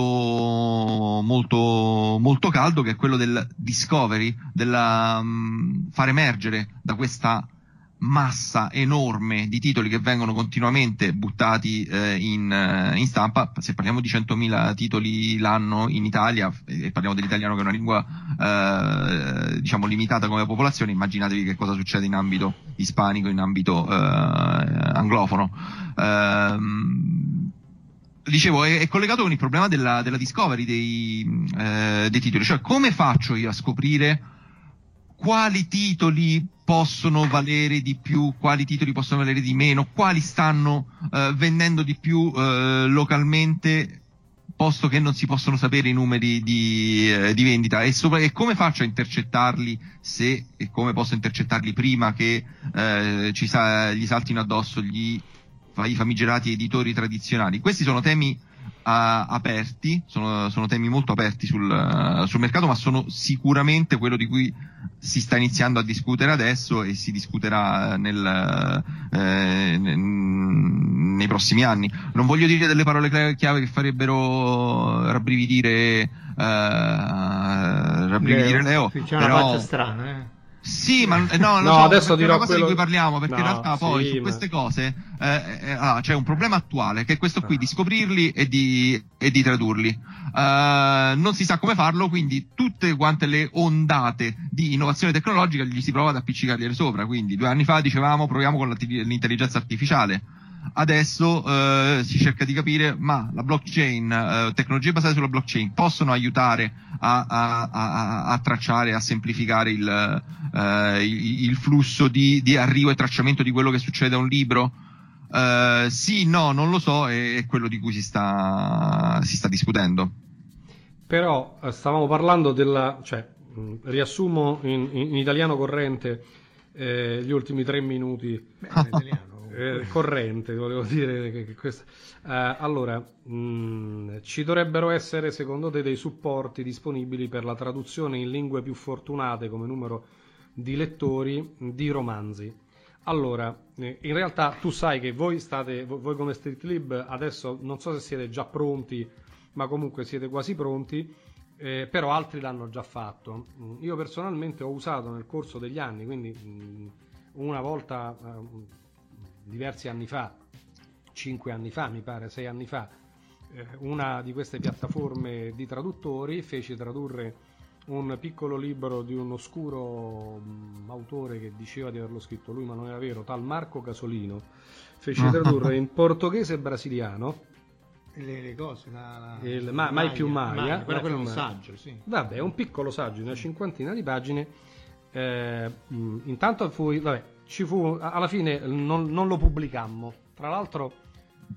molto molto caldo, che è quello del discovery, della far emergere da questa massa enorme di titoli che vengono continuamente buttati in stampa. Se parliamo di 100.000 titoli l'anno in Italia, e parliamo dell'italiano che è una lingua diciamo limitata come popolazione, immaginatevi che cosa succede in ambito ispanico, in ambito anglofono. Dicevo, è collegato con il problema della discovery dei titoli, cioè come faccio io a scoprire quali titoli possono valere di più, quali titoli possono valere di meno, quali stanno vendendo di più localmente, posto che non si possono sapere i numeri di vendita, e come faccio a intercettarli, e come posso intercettarli prima che gli saltino addosso i famigerati editori tradizionali. Questi sono temi aperti, sono temi molto aperti sul mercato, ma sono sicuramente quello di cui si sta iniziando a discutere adesso e si discuterà nei prossimi anni. Non voglio dire delle parole chiave che farebbero rabbrividire Leo, c'è una faccia strana, Sì, ma no, adesso dirò è una cosa di cui parliamo, perché in realtà poi su ma queste cose c'è un problema attuale, che è questo qui, di scoprirli e di tradurli. Non si sa come farlo, quindi tutte quante le ondate di innovazione tecnologica gli si prova ad appiccicargliele sopra. Quindi 2 anni fa dicevamo proviamo con l'intelligenza artificiale. Adesso si cerca di capire, ma la blockchain, tecnologie basate sulla blockchain possono aiutare a tracciare, a semplificare il flusso di arrivo e tracciamento di quello che succede a un libro? Sì, no, non lo so, è quello di cui si sta discutendo. Però stavamo parlando riassumo in italiano corrente gli ultimi 3 minuti. In italiano. Corrente, volevo dire che questo. Allora, ci dovrebbero essere secondo te dei supporti disponibili per la traduzione in lingue più fortunate come numero di lettori di romanzi? Allora, in realtà tu sai che voi come Streetlib adesso non so se siete già pronti, ma comunque siete quasi pronti, però altri l'hanno già fatto. Io personalmente ho usato nel corso degli anni, quindi una volta diversi anni fa, 5 anni fa mi pare, 6 anni fa, una di queste piattaforme di traduttori, feci tradurre un piccolo libro di un oscuro autore che diceva di averlo scritto lui ma non era vero, tal Marco Casolino. Feci tradurre in portoghese e brasiliano le cose mai più Maia, quello è un saggio, sì. Vabbè, un piccolo saggio, una 50ina di pagine. Intanto alla fine non lo pubblicammo. Tra l'altro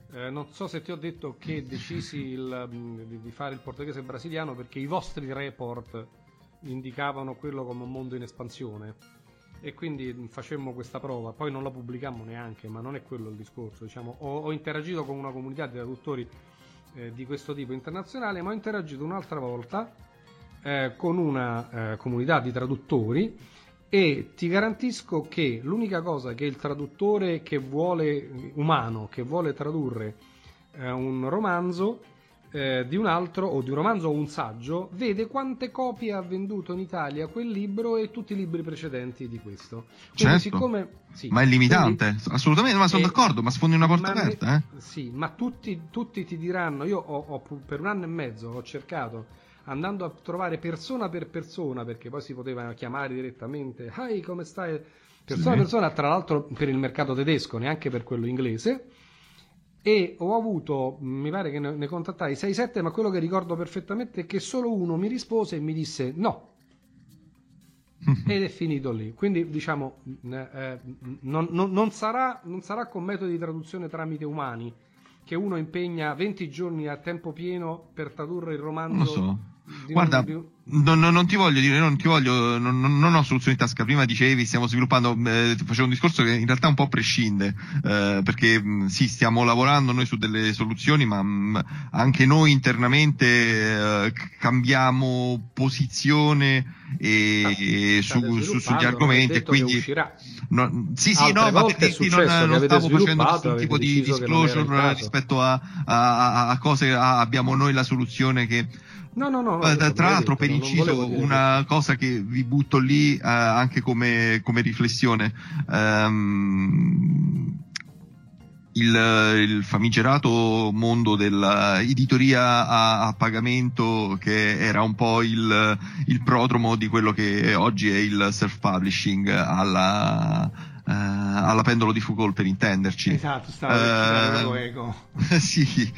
Non so se ti ho detto che decisi di fare il portoghese brasiliano perché i vostri report indicavano quello come un mondo in espansione e quindi facemmo questa prova, poi non la pubblicammo neanche, ma non è quello il discorso, diciamo. Ho interagito con una comunità di traduttori di questo tipo internazionale, ma ho interagito un'altra volta con una comunità di traduttori, e ti garantisco che l'unica cosa che il traduttore umano che vuole tradurre un romanzo di un altro, o di un romanzo o un saggio, vede quante copie ha venduto in Italia quel libro e tutti i libri precedenti di questo. Quindi, certo, ma è limitante, quindi, assolutamente, ma sono d'accordo, ma sfondi una porta aperta. Sì, ma tutti ti diranno, io per 1 anno e mezzo ho cercato, andando a trovare persona per persona, perché poi si poteva chiamare direttamente, hi, come stai? Persona per persona, tra l'altro per il mercato tedesco, neanche per quello inglese. E ho avuto, mi pare che ne contattai 6-7, ma quello che ricordo perfettamente è che solo uno mi rispose e mi disse no, ed è finito lì. Quindi diciamo non sarà con metodi di traduzione tramite umani che uno impegna 20 giorni a tempo pieno per tradurre il romanzo. Non lo so. Guarda, non ti voglio dire, non ho soluzioni in tasca. Prima dicevi, stiamo sviluppando, facevo un discorso che in realtà un po' prescinde, perché sì, stiamo lavorando noi su delle soluzioni, ma anche noi internamente cambiamo posizione sugli argomenti, e quindi non stavo facendo nessun tipo di disclosure rispetto a cose, abbiamo noi la soluzione che No, tra l'altro, per inciso, una cosa che vi butto lì anche come riflessione, il famigerato mondo dell'editoria a pagamento, che era un po' il prodromo di quello che oggi è il self-publishing alla pendolo di Foucault, per intenderci. Esatto, stavo ego. Sì,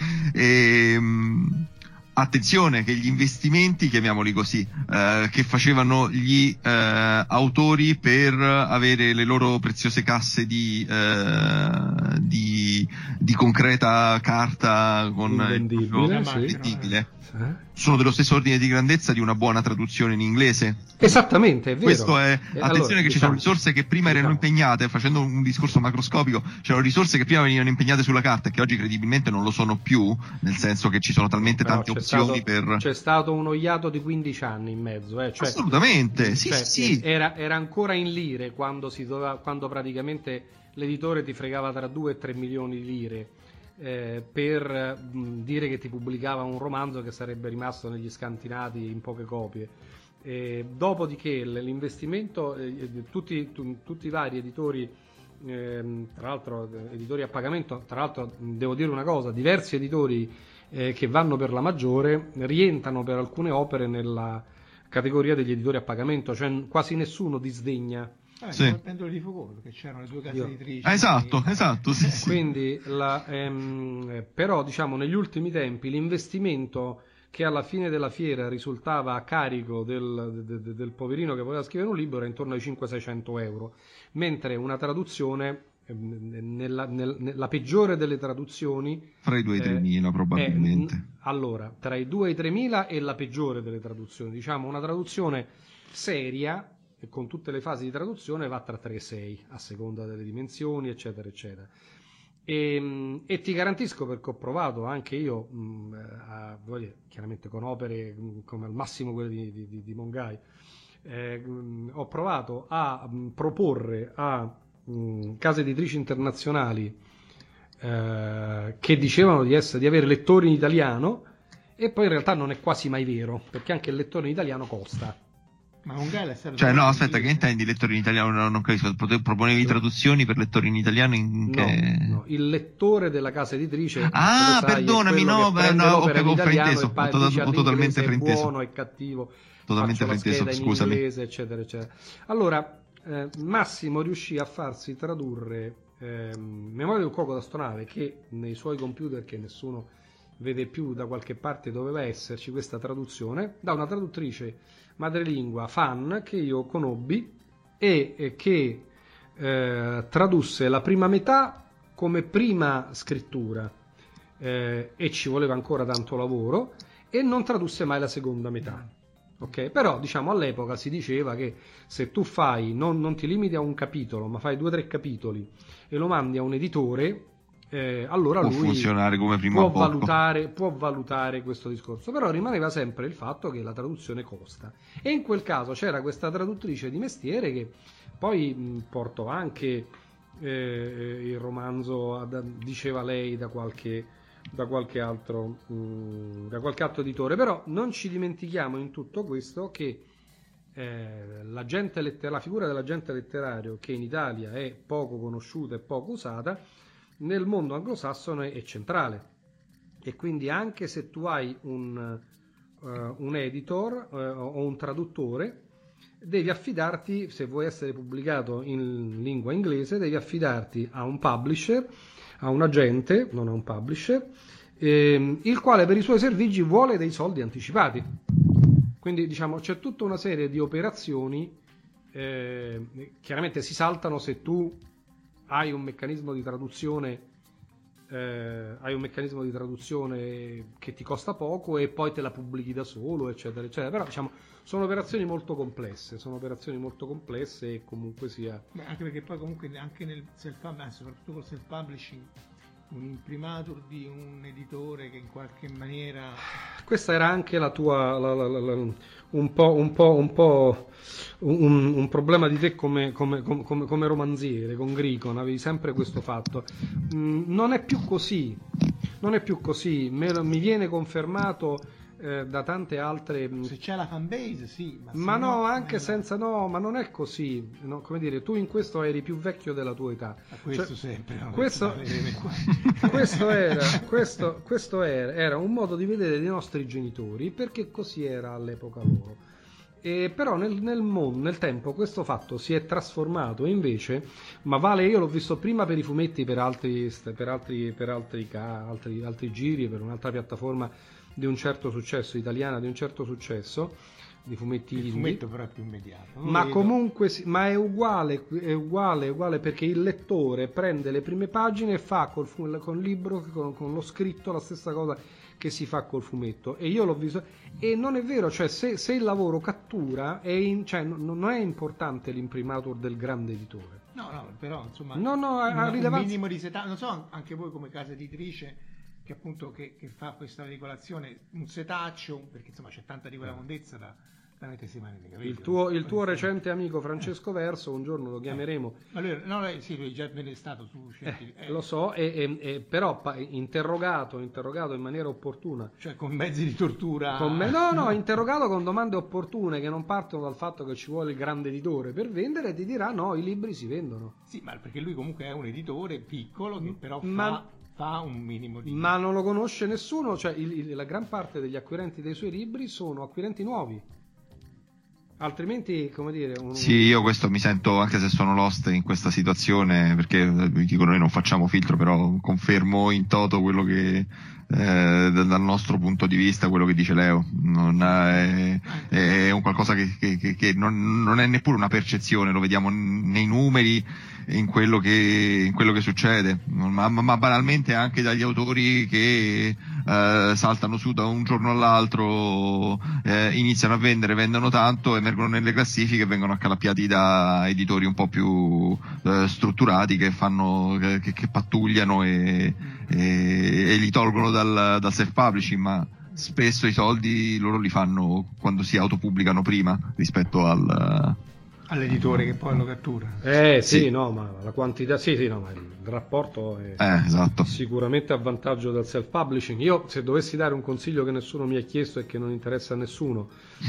attenzione che gli investimenti, chiamiamoli così, che facevano gli autori per avere le loro preziose casse di concreta carta con vendibile, sono dello stesso ordine di grandezza di una buona traduzione in inglese. Esattamente, è vero. Questo è, attenzione, che ci sono risorse che prima erano impegnate, facendo un discorso macroscopico, c'erano risorse che prima venivano impegnate sulla carta e che oggi credibilmente non lo sono più, nel senso che ci sono talmente tante opzioni c'è stato un oiato di 15 anni in mezzo, cioè, assolutamente, sì. Era ancora in lire quando praticamente l'editore ti fregava tra 2 e 3 milioni di lire per dire che ti pubblicava un romanzo che sarebbe rimasto negli scantinati in poche copie. Dopodiché l'investimento, tutti i vari editori, tra l'altro editori a pagamento, tra l'altro devo dire una cosa, diversi editori che vanno per la maggiore rientrano per alcune opere nella categoria degli editori a pagamento, cioè quasi nessuno disdegna. Sì. Il pendolo di Foucault, perché c'erano le due case editrici. Esatto, sì. Quindi però diciamo negli ultimi tempi l'investimento che alla fine della fiera risultava a carico del poverino che voleva scrivere un libro era intorno ai 500-600 euro, mentre una traduzione, nella peggiore delle traduzioni, fra i 2 e i 3.000 probabilmente. Allora, tra i 2 e i 3.000 è la peggiore delle traduzioni, diciamo una traduzione seria e con tutte le fasi di traduzione va tra 3 e 6 a seconda delle dimensioni, eccetera eccetera. E ti garantisco, perché ho provato anche io chiaramente con opere come al massimo quelle di Mongai, ho provato a proporre a case editrici internazionali che dicevano di avere lettori in italiano, e poi in realtà non è quasi mai vero, perché anche il lettore in italiano costa. Ma Mongai cioè no, aspetta, che intendi lettori in italiano? Non capisco, proponevi traduzioni per lettori in italiano No, il lettore della casa editrice, perdonami, ho frainteso, ho totalmente frainteso. Buono e cattivo, totalmente frainteso, scusami. In inglese, eccetera eccetera. Allora Massimo riuscì a farsi tradurre Memoria di un cuoco da stonare, che nei suoi computer, che nessuno vede più da qualche parte, doveva esserci questa traduzione, da una traduttrice madrelingua fan che io conobbi e che tradusse la prima metà come prima scrittura e ci voleva ancora tanto lavoro, e non tradusse mai la seconda metà. Okay? Però diciamo all'epoca si diceva che se tu fai, non ti limiti a un capitolo, ma fai 2 o 3 capitoli e lo mandi a un editore, allora può lui funzionare come prima può valutare questo discorso. Però rimaneva sempre il fatto che la traduzione costa, e in quel caso c'era questa traduttrice di mestiere che poi portò anche il romanzo, diceva lei, da qualche altro editore. Però non ci dimentichiamo in tutto questo che la figura dell'agente letterario, che in Italia è poco conosciuta e poco usata, nel mondo anglosassone è centrale, e quindi anche se tu hai un editor o un traduttore, devi affidarti, se vuoi essere pubblicato in lingua inglese, devi affidarti a un publisher, a un agente, non a un publisher, il quale per i suoi servigi vuole dei soldi anticipati. Quindi diciamo c'è tutta una serie di operazioni, chiaramente si saltano se tu hai un meccanismo di traduzione che ti costa poco e poi te la pubblichi da solo, eccetera eccetera. Però diciamo sono operazioni molto complesse e comunque sia. Beh, anche perché poi comunque anche nel soprattutto col self-publishing, un imprimatur di un editore che in qualche maniera... Questa era anche la tua un problema di te come romanziere con Gricon, avevi sempre questo fatto. Non è più così, mi viene confermato da tante altre. Se c'è la fanbase, sì, ma no, anche senza, no, ma non è così, no? Come dire, tu in questo eri più vecchio della tua età. Questo sempre. No? Questo era un modo di vedere dei nostri genitori, perché così era all'epoca loro. Però nel tempo questo fatto si è trasformato, e invece, ma vale, io l'ho visto prima per i fumetti, per altri giri, per un'altra piattaforma di un certo successo, italiana di un certo successo, di fumetti indie. Il fumetto però è più immediato. Ma comunque ma è uguale, perché il lettore prende le prime pagine e fa col libro, con lo scritto, la stessa cosa che si fa col fumetto. E io l'ho visto, e non è vero, cioè se il lavoro cattura, cioè, non è importante l'imprimatur del grande editore. No, però insomma ha rilevanza. Un minimo di setaccio, non so, anche voi come casa editrice che appunto che fa questa regolazione, un setaccio, perché insomma c'è tanta di quella mondezza da mettersi mani nei capelli. Il tuo recente amico Francesco Verso, un giorno lo chiameremo. Sì, lui già me ne è stato su lo so, però interrogato in maniera opportuna. Cioè con mezzi di tortura. Interrogato con domande opportune che non partono dal fatto che ci vuole il grande editore per vendere, e ti dirà no, i libri si vendono. Sì, ma perché lui comunque è un editore piccolo che però fa un minimo di... Ma non lo conosce nessuno, cioè la gran parte degli acquirenti dei suoi libri sono acquirenti nuovi. Altrimenti, come dire... Sì, io questo mi sento, anche se sono lost in questa situazione, perché dico noi non facciamo filtro, però confermo in toto quello che dal nostro punto di vista, quello che dice Leo, è un qualcosa che non è neppure una percezione, lo vediamo nei numeri, in quello che succede, ma banalmente anche dagli autori che saltano su da un giorno all'altro, iniziano a vendono tanto, emergono nelle classifiche e vengono accalappiati da editori un po' più strutturati che pattugliano e li tolgono dal self-publishing, ma spesso i soldi loro li fanno quando si autopubblicano prima rispetto all'editore che poi lo cattura. Sì, no, ma la quantità, ma il rapporto è esatto. Sicuramente a vantaggio del self-publishing. Io, se dovessi dare un consiglio che nessuno mi ha chiesto e che non interessa a nessuno,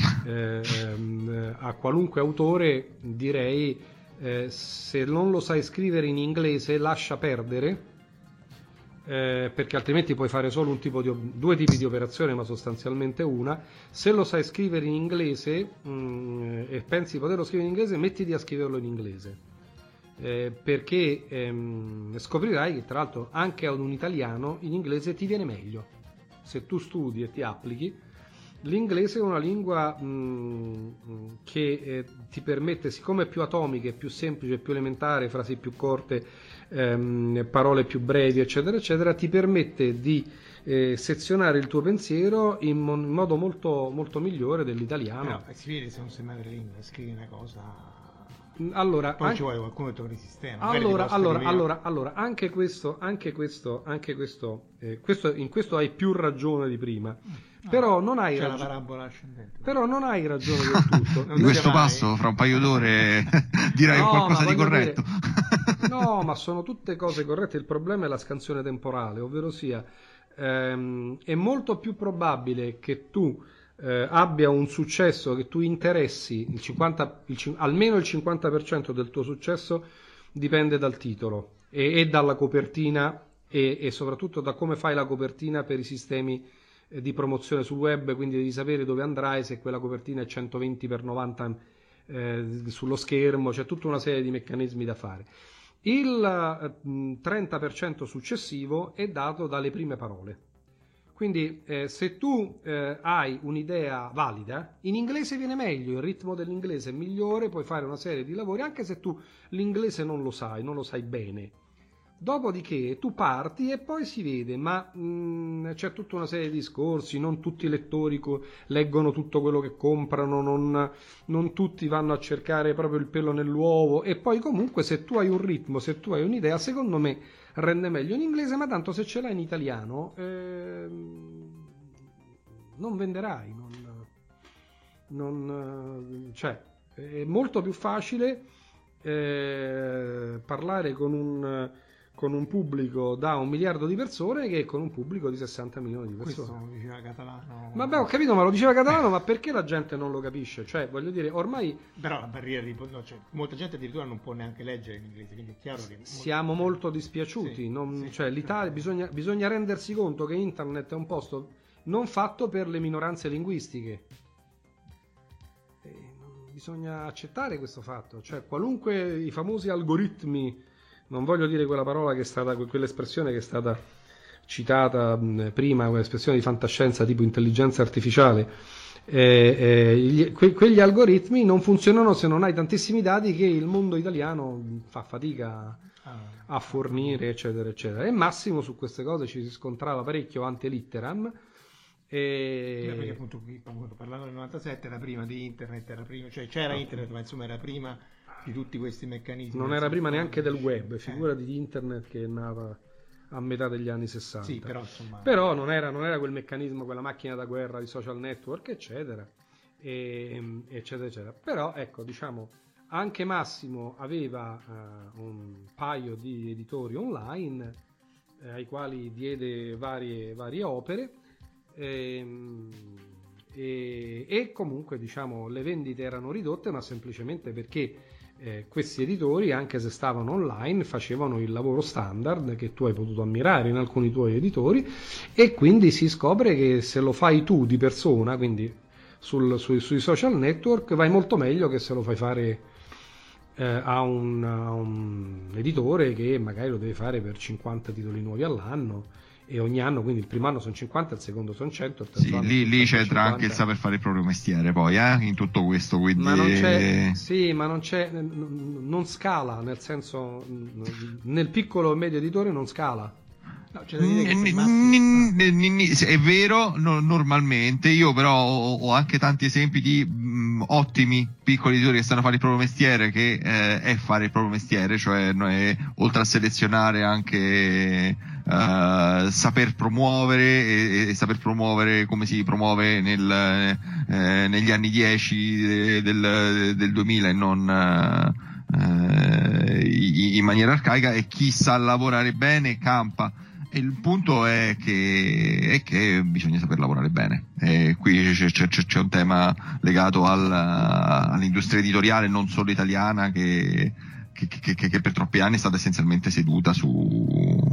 a qualunque autore direi, se non lo sai scrivere in inglese, lascia perdere, perché altrimenti puoi fare solo due tipi di operazione, ma sostanzialmente una. Se lo sai scrivere in inglese e pensi di poterlo scrivere in inglese, mettiti a scriverlo in inglese, perché scoprirai che tra l'altro anche ad un italiano in inglese ti viene meglio se tu studi e ti applichi. L'inglese è una lingua che ti permette, siccome è più atomica, è più semplice, più elementare, frasi più corte, parole più brevi, eccetera, eccetera, ti permette di sezionare il tuo pensiero in modo molto, molto migliore dell'italiano. Si vede se non sei madrelingua, scrivi una cosa. Allora, poi ci vuole qualcuno che tocca il sistema. Allora, anche questo, in questo hai più ragione di prima. Però non hai la parabola ascendente. Però non hai ragione del tutto. Di questo passo, fra un paio d'ore, dirai qualcosa di corretto. No, ma sono tutte cose corrette. Il problema è la scansione temporale, ovvero sia, è molto più probabile che tu abbia un successo, che tu interessi almeno il 50% del tuo successo dipende dal titolo e dalla copertina e soprattutto da come fai la copertina per i sistemi di promozione sul web, quindi devi sapere dove andrai, se quella copertina è 120x90 sullo schermo, c'è tutta una serie di meccanismi da fare. Il 30% successivo è dato dalle prime parole. Quindi se tu hai un'idea valida, in inglese viene meglio, il ritmo dell'inglese è migliore, puoi fare una serie di lavori, anche se tu l'inglese non lo sai bene. Dopodiché tu parti e poi si vede, ma c'è tutta una serie di discorsi, non tutti i lettori leggono tutto quello che comprano, non tutti vanno a cercare proprio il pelo nell'uovo, e poi comunque se tu hai un ritmo, se tu hai un'idea, secondo me rende meglio in inglese, ma tanto se ce l'hai in italiano non venderai, cioè è molto più facile parlare con un pubblico da 1 miliardo di persone che con un pubblico di 60 milioni di persone. Questo lo diceva Catalano. Vabbè, ho capito, ma lo diceva Catalano, ma perché la gente non lo capisce? Cioè, voglio dire, ormai... Però la barriera molta gente addirittura non può neanche leggere in inglese, quindi è chiaro che... Siamo molto dispiaciuti, cioè l'Italia, bisogna rendersi conto che internet è un posto non fatto per le minoranze linguistiche. Bisogna accettare questo fatto, cioè qualunque i famosi algoritmi, non voglio dire quella parola che è stata, quell'espressione che è stata citata prima, quell'espressione di fantascienza tipo intelligenza artificiale, quegli algoritmi non funzionano se non hai tantissimi dati che il mondo italiano fa fatica a fornire, eccetera, eccetera. E Massimo su queste cose ci si scontrava parecchio ante litteram. Perché appunto parlando del 97 era prima di internet, cioè c'era internet, ma insomma era prima di tutti questi meccanismi. Non era prima neanche del web, figurati di internet che è nata a metà degli anni 60. Sì, però insomma. Però non era quel meccanismo, quella macchina da guerra di social network, eccetera, eccetera, eccetera. Però ecco, diciamo, anche Massimo aveva un paio di editori online ai quali diede varie opere. E comunque diciamo le vendite erano ridotte, ma semplicemente perché questi editori, anche se stavano online, facevano il lavoro standard che tu hai potuto ammirare in alcuni tuoi editori, e quindi si scopre che se lo fai tu di persona, quindi sui social network, vai molto meglio che se lo fai fare a un editore che magari lo deve fare per 50 titoli nuovi all'anno, e ogni anno, quindi il primo anno sono 50, il secondo sono 100, il terzo anno lì c'entra anche il saper fare il proprio mestiere poi in tutto questo, quindi... ma non non scala, nel senso, nel piccolo e medio editore non scala. No, c'è da dire che è vero, normalmente. Io però ho anche tanti esempi di ottimi piccoli editori che stanno a fare il proprio mestiere, che è fare il proprio mestiere, cioè oltre a selezionare anche saper promuovere e saper promuovere come si promuove negli anni 10 del 2000 e non in maniera arcaica, e chi sa lavorare bene campa. E il punto è che bisogna saper lavorare bene, e qui c'è un tema legato all'industria editoriale non solo italiana che per troppi anni è stata essenzialmente seduta su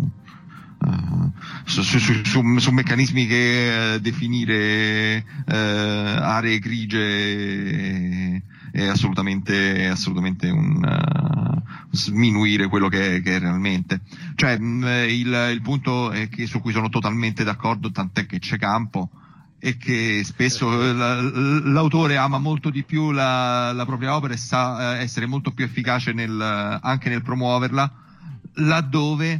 meccanismi che definire aree grigie è assolutamente un sminuire quello che è realmente. Cioè il punto è su cui sono totalmente d'accordo, tant'è che c'è campo, e che spesso l'autore ama molto di più la propria opera e sa essere molto più efficace anche nel promuoverla, laddove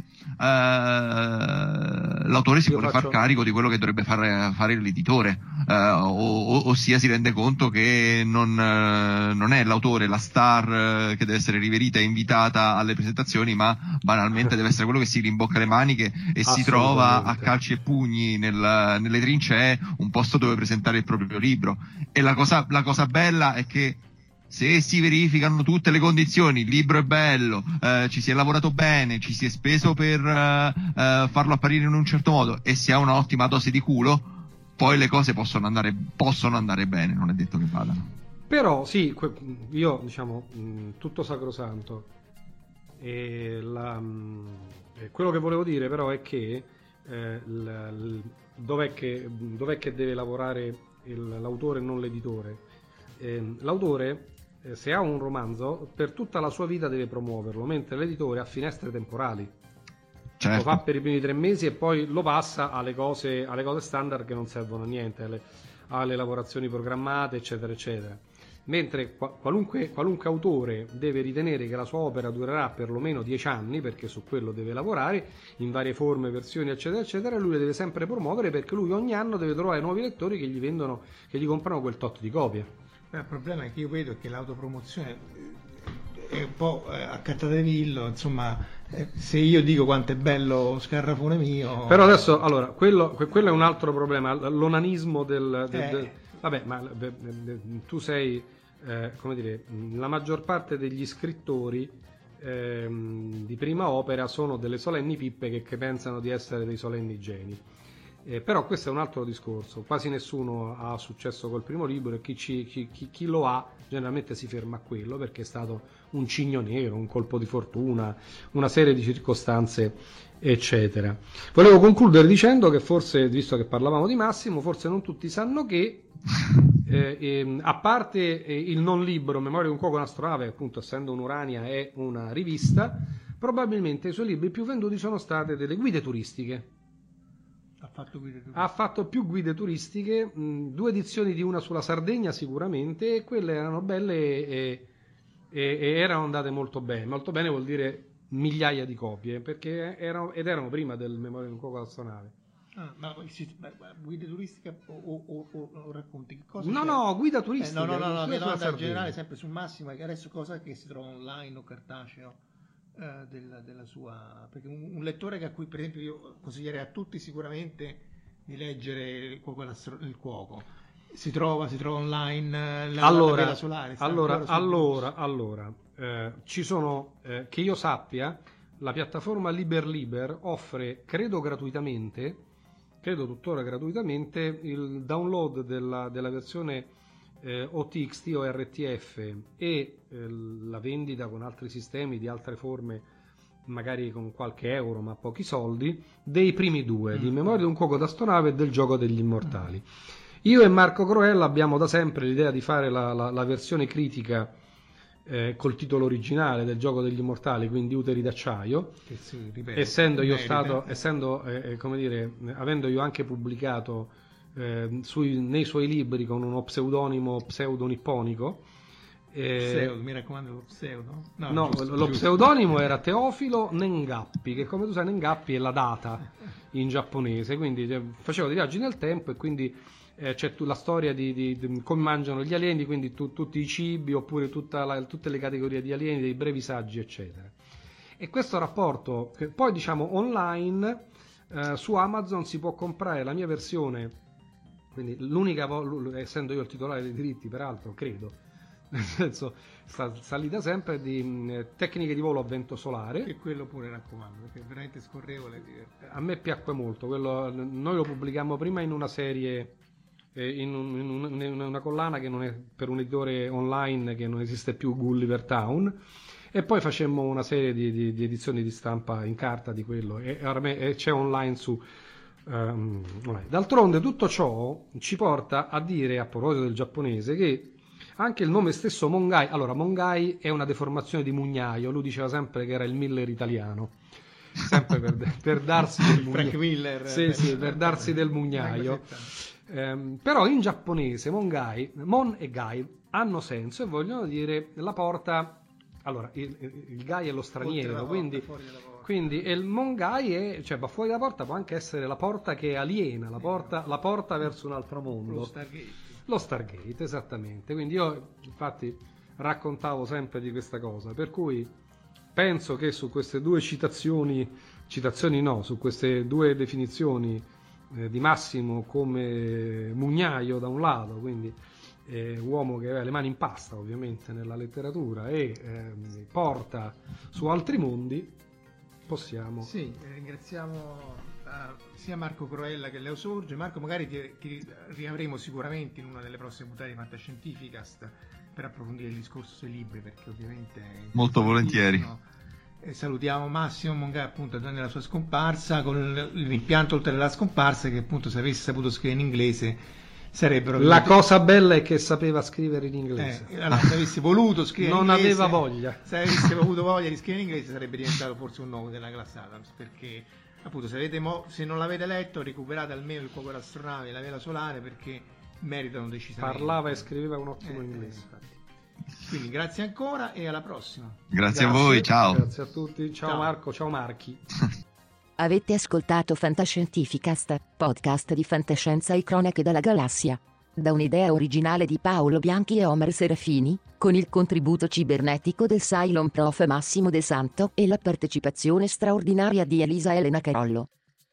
l'autore si vuole far carico di quello che dovrebbe fare l'editore, ossia si rende conto che non è l'autore la star che deve essere riverita e invitata alle presentazioni, ma banalmente deve essere quello che si rimbocca le maniche e si trova a calci e pugni nelle trincee un posto dove presentare il proprio libro. E la cosa bella è che se si verificano tutte le condizioni, il libro è bello, ci si è lavorato bene, ci si è speso per farlo apparire in un certo modo e si ha un'ottima dose di culo, poi le cose possono andare bene, non è detto che vadano. Però sì, io tutto sacrosanto, quello che volevo dire però è che dov'è che deve lavorare l'autore e non l'editore. L'autore, se ha un romanzo, per tutta la sua vita deve promuoverlo, mentre l'editore ha finestre temporali. Certo. Lo fa per i primi 3 mesi e poi lo passa alle cose standard che non servono a niente, alle lavorazioni programmate, eccetera, eccetera. Mentre qualunque autore deve ritenere che la sua opera durerà perlomeno 10 anni, perché su quello deve lavorare in varie forme, versioni, eccetera, eccetera, e lui le deve sempre promuovere, perché lui ogni anno deve trovare nuovi lettori che gli comprano quel tot di copie. Il problema è che io vedo che l'autopromozione è un po' a Cattadevillo, insomma, se io dico quanto è bello Scarrafone mio... Però adesso, allora, quello è un altro problema, l'onanismo vabbè, ma tu sei, come dire, la maggior parte degli scrittori di prima opera sono delle solenni pippe che pensano di essere dei solenni geni. Però questo è un altro discorso, quasi nessuno ha successo col primo libro e chi lo ha generalmente si ferma a quello perché è stato un cigno nero, un colpo di fortuna, una serie di circostanze, eccetera. Volevo concludere dicendo che forse, visto che parlavamo di Massimo, forse non tutti sanno che a parte il non libro Memoria di un cuoco e un'astronave, appunto essendo un'Urania è una rivista, probabilmente i suoi libri più venduti sono state delle guide turistiche. Ha fatto più guide turistiche, 2 edizioni di una sulla Sardegna sicuramente, e quelle erano belle e erano andate molto bene. Molto bene vuol dire migliaia di copie, perché erano prima del Memoria di un cuoco e un'astronave. Ma guida turistica o racconti che cosa? No, guida turistica. No, che domanda in generale sempre sul Massimo, che adesso cosa che si trova online o cartaceo della sua, perché un lettore a cui per esempio io consiglierei a tutti sicuramente di leggere Il cuoco. Si trova online la Vela Solare. Allora, ci sono, che io sappia, la piattaforma Liber offre, credo tuttora gratuitamente, il download della versione OTXT o RTF e la vendita con altri sistemi di altre forme, magari con qualche euro ma pochi soldi, dei primi 2 di Memoria di un cuoco d'astronave e del Gioco degli Immortali. Io e Marco Croella abbiamo da sempre l'idea di fare la versione critica col titolo originale del Gioco degli Immortali, quindi Uteri d'acciaio, avendo io anche pubblicato nei suoi libri con uno pseudonimo pseudonipponico. Mi raccomando lo pseudo? No, lo pseudonimo era Teofilo Nengappi, che come tu sai Nengappi è la data in giapponese, quindi facevo dei viaggi nel tempo e quindi c'è la storia di come mangiano gli alieni, quindi tutti i cibi oppure tutte le categorie di alieni, dei brevi saggi, eccetera. E questo rapporto, che poi diciamo online su Amazon si può comprare la mia versione, quindi l'unica, essendo io il titolare dei diritti peraltro, credo, nel senso sta lì da sempre, di tecniche di volo a vento solare, e quello pure raccomando perché è veramente scorrevole. A me piacque molto quello. Noi lo pubblicammo prima in una serie, in una collana che non è per un editore online che non esiste più, Gulliver Town, e poi facemmo una serie di edizioni di stampa in carta di quello e c'è online su D'altronde tutto ciò ci porta a dire, a proposito del giapponese, che anche il nome stesso Mongai, allora Mongai è una deformazione di mugnaio, lui diceva sempre che era il Miller italiano, sempre per darsi del Frank Miller, per darsi del mugnaio, però in giapponese Mon e Gai hanno senso e vogliono dire la porta. Allora il Gai è lo straniero, Quindi il Mongai va fuori la porta, può anche essere la porta che aliena, la porta verso un altro mondo. Lo Stargate, esattamente. Quindi io infatti raccontavo sempre di questa cosa, per cui penso che su queste due su queste due definizioni di Massimo come mugnaio da un lato, quindi uomo che aveva le mani in pasta ovviamente nella letteratura e porta su altri mondi, possiamo... Sì, ringraziamo sia Marco Croella che Leo Sorge. Marco, magari ti riavremo sicuramente in una delle prossime puntate di Fantascientificast per approfondire il discorso sui libri, perché ovviamente... Molto volentieri. Salutiamo Massimo Mongai appunto nella sua scomparsa, con il rimpianto oltre alla scomparsa che appunto se avesse saputo scrivere in inglese sarebbero... La cosa bella è che sapeva scrivere in inglese. Allora, se avessi voluto scrivere non in inglese, aveva voglia. Se avesse avuto voglia di scrivere in inglese sarebbe diventato forse un nuovo della Glass Adams, perché appunto se non l'avete letto recuperate almeno Il Cuoco dell'astronave e La Vela Solare, perché meritano decisamente. Parlava e scriveva un ottimo inglese. Quindi grazie ancora e alla prossima. Grazie a voi, ciao. Grazie a tutti, ciao. Marco, ciao Marchi. Avete ascoltato Fantascientificast, podcast di fantascienza e cronache dalla galassia. Da un'idea originale di Paolo Bianchi e Omer Serafini, con il contributo cibernetico del Cylon Prof Massimo De Santo e la partecipazione straordinaria di Elisa Elena Carollo.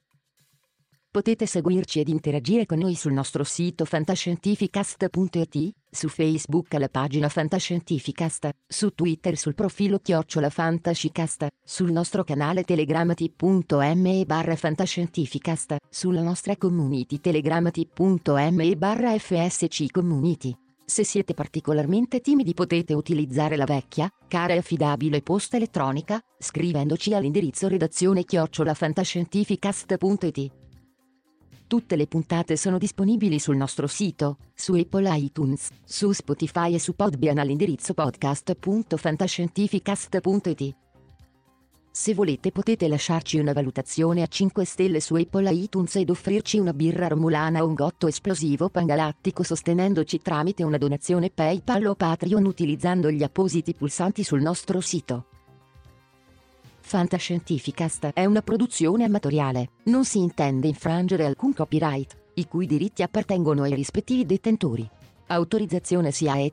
Potete seguirci ed interagire con noi sul nostro sito fantascientificast.it, su Facebook alla pagina Fantascientificast, su Twitter sul profilo @fantascicast, sul nostro canale Telegram t.me/fantascientificast, sulla nostra community Telegram t.me/fsc community. Se siete particolarmente timidi potete utilizzare la vecchia, cara e affidabile posta elettronica, scrivendoci all'indirizzo redazione@fantascientificast.it. Tutte le puntate sono disponibili sul nostro sito, su Apple iTunes, su Spotify e su Podbean all'indirizzo podcast.fantascientificast.it. Se volete potete lasciarci una valutazione a 5 stelle su Apple iTunes ed offrirci una birra romulana o un gotto esplosivo pangalattico sostenendoci tramite una donazione PayPal o Patreon utilizzando gli appositi pulsanti sul nostro sito. Fantascientificast è una produzione amatoriale, non si intende infrangere alcun copyright, i cui diritti appartengono ai rispettivi detentori. Autorizzazione SIAE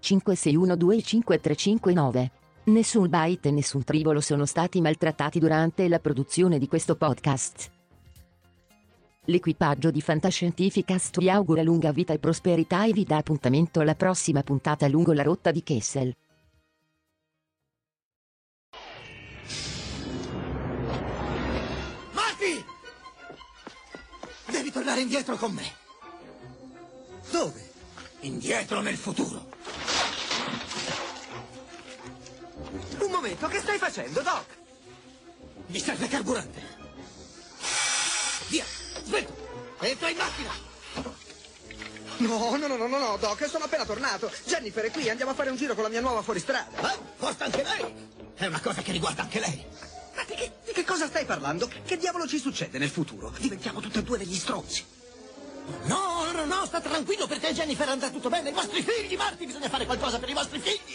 56125359. Nessun byte e nessun tribolo sono stati maltrattati durante la produzione di questo podcast. L'equipaggio di Fantascientificast vi augura lunga vita e prosperità e vi dà appuntamento alla prossima puntata lungo la rotta di Kessel. Devi tornare indietro con me. Dove? Indietro nel futuro. Un momento, che stai facendo, Doc? Mi serve carburante. Via, svelto. Entra in macchina. No, Doc, sono appena tornato. Jennifer è qui, andiamo a fare un giro con la mia nuova fuoristrada. Forse anche lei. È una cosa che riguarda anche lei. Ma di che cosa stai parlando? Che diavolo ci succede nel futuro? Diventiamo tutti e due degli stronzi. No, sta tranquillo perché Jennifer andrà tutto bene. I vostri figli, Marty, bisogna fare qualcosa per i vostri figli.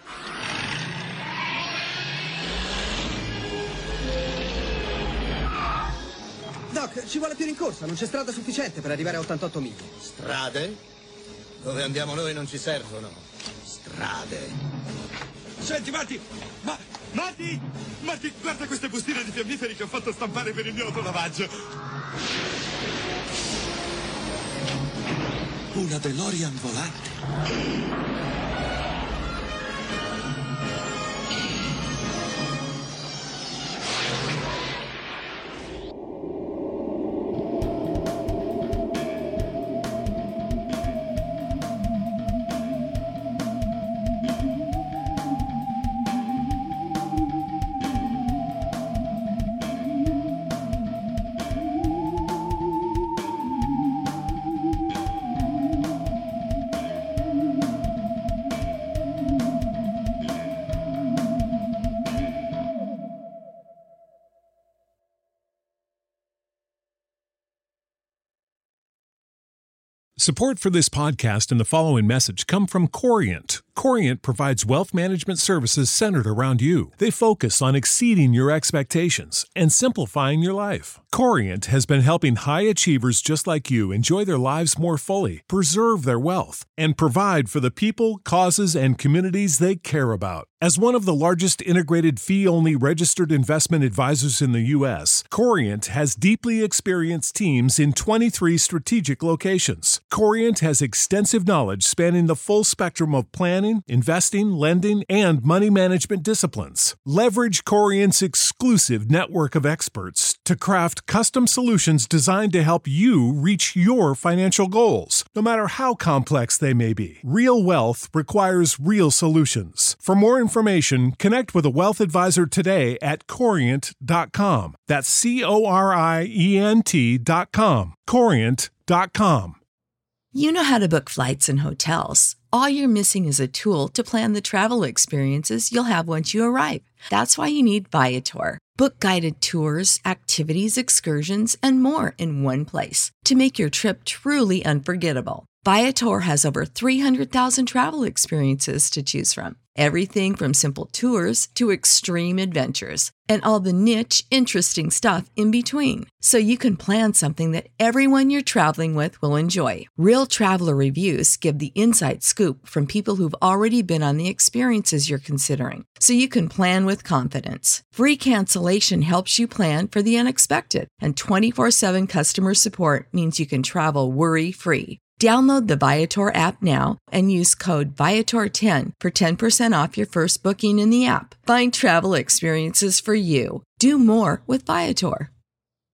Doc, ci vuole più rincorsa, non c'è strada sufficiente per arrivare a 88 miglia. Strade? Dove andiamo noi non ci servono strade. Senti, Marty, guarda queste bustine di fiammiferi che ho fatto stampare per il mio autolavaggio. Una DeLorean volante. Support for this podcast and the following message come from Corient. Corient provides wealth management services centered around you. They focus on exceeding your expectations and simplifying your life. Corient has been helping high achievers just like you enjoy their lives more fully, preserve their wealth, and provide for the people, causes, and communities they care about. As one of the largest integrated fee-only registered investment advisors in the U.S., Corient has deeply experienced teams in 23 strategic locations. Corient has extensive knowledge spanning the full spectrum of planning, investing, lending, and money management disciplines. Leverage Corient's exclusive network of experts to craft custom solutions designed to help you reach your financial goals, no matter how complex they may be. Real wealth requires real solutions. For more information, connect with a wealth advisor today at Corient.com. That's Corient.com. Corient.com. You know how to book flights and hotels. All you're missing is a tool to plan the travel experiences you'll have once you arrive. That's why you need Viator. Book guided tours, activities, excursions, and more in one place to make your trip truly unforgettable. Viator has over 300,000 travel experiences to choose from. Everything from simple tours to extreme adventures and all the niche, interesting stuff in between. So you can plan something that everyone you're traveling with will enjoy. Real traveler reviews give the inside scoop from people who've already been on the experiences you're considering. So you can plan with confidence. Free cancellation helps you plan for the unexpected. And 24/7 customer support means you can travel worry-free. Download the Viator app now and use code Viator10 for 10% off your first booking in the app. Find travel experiences for you. Do more with Viator.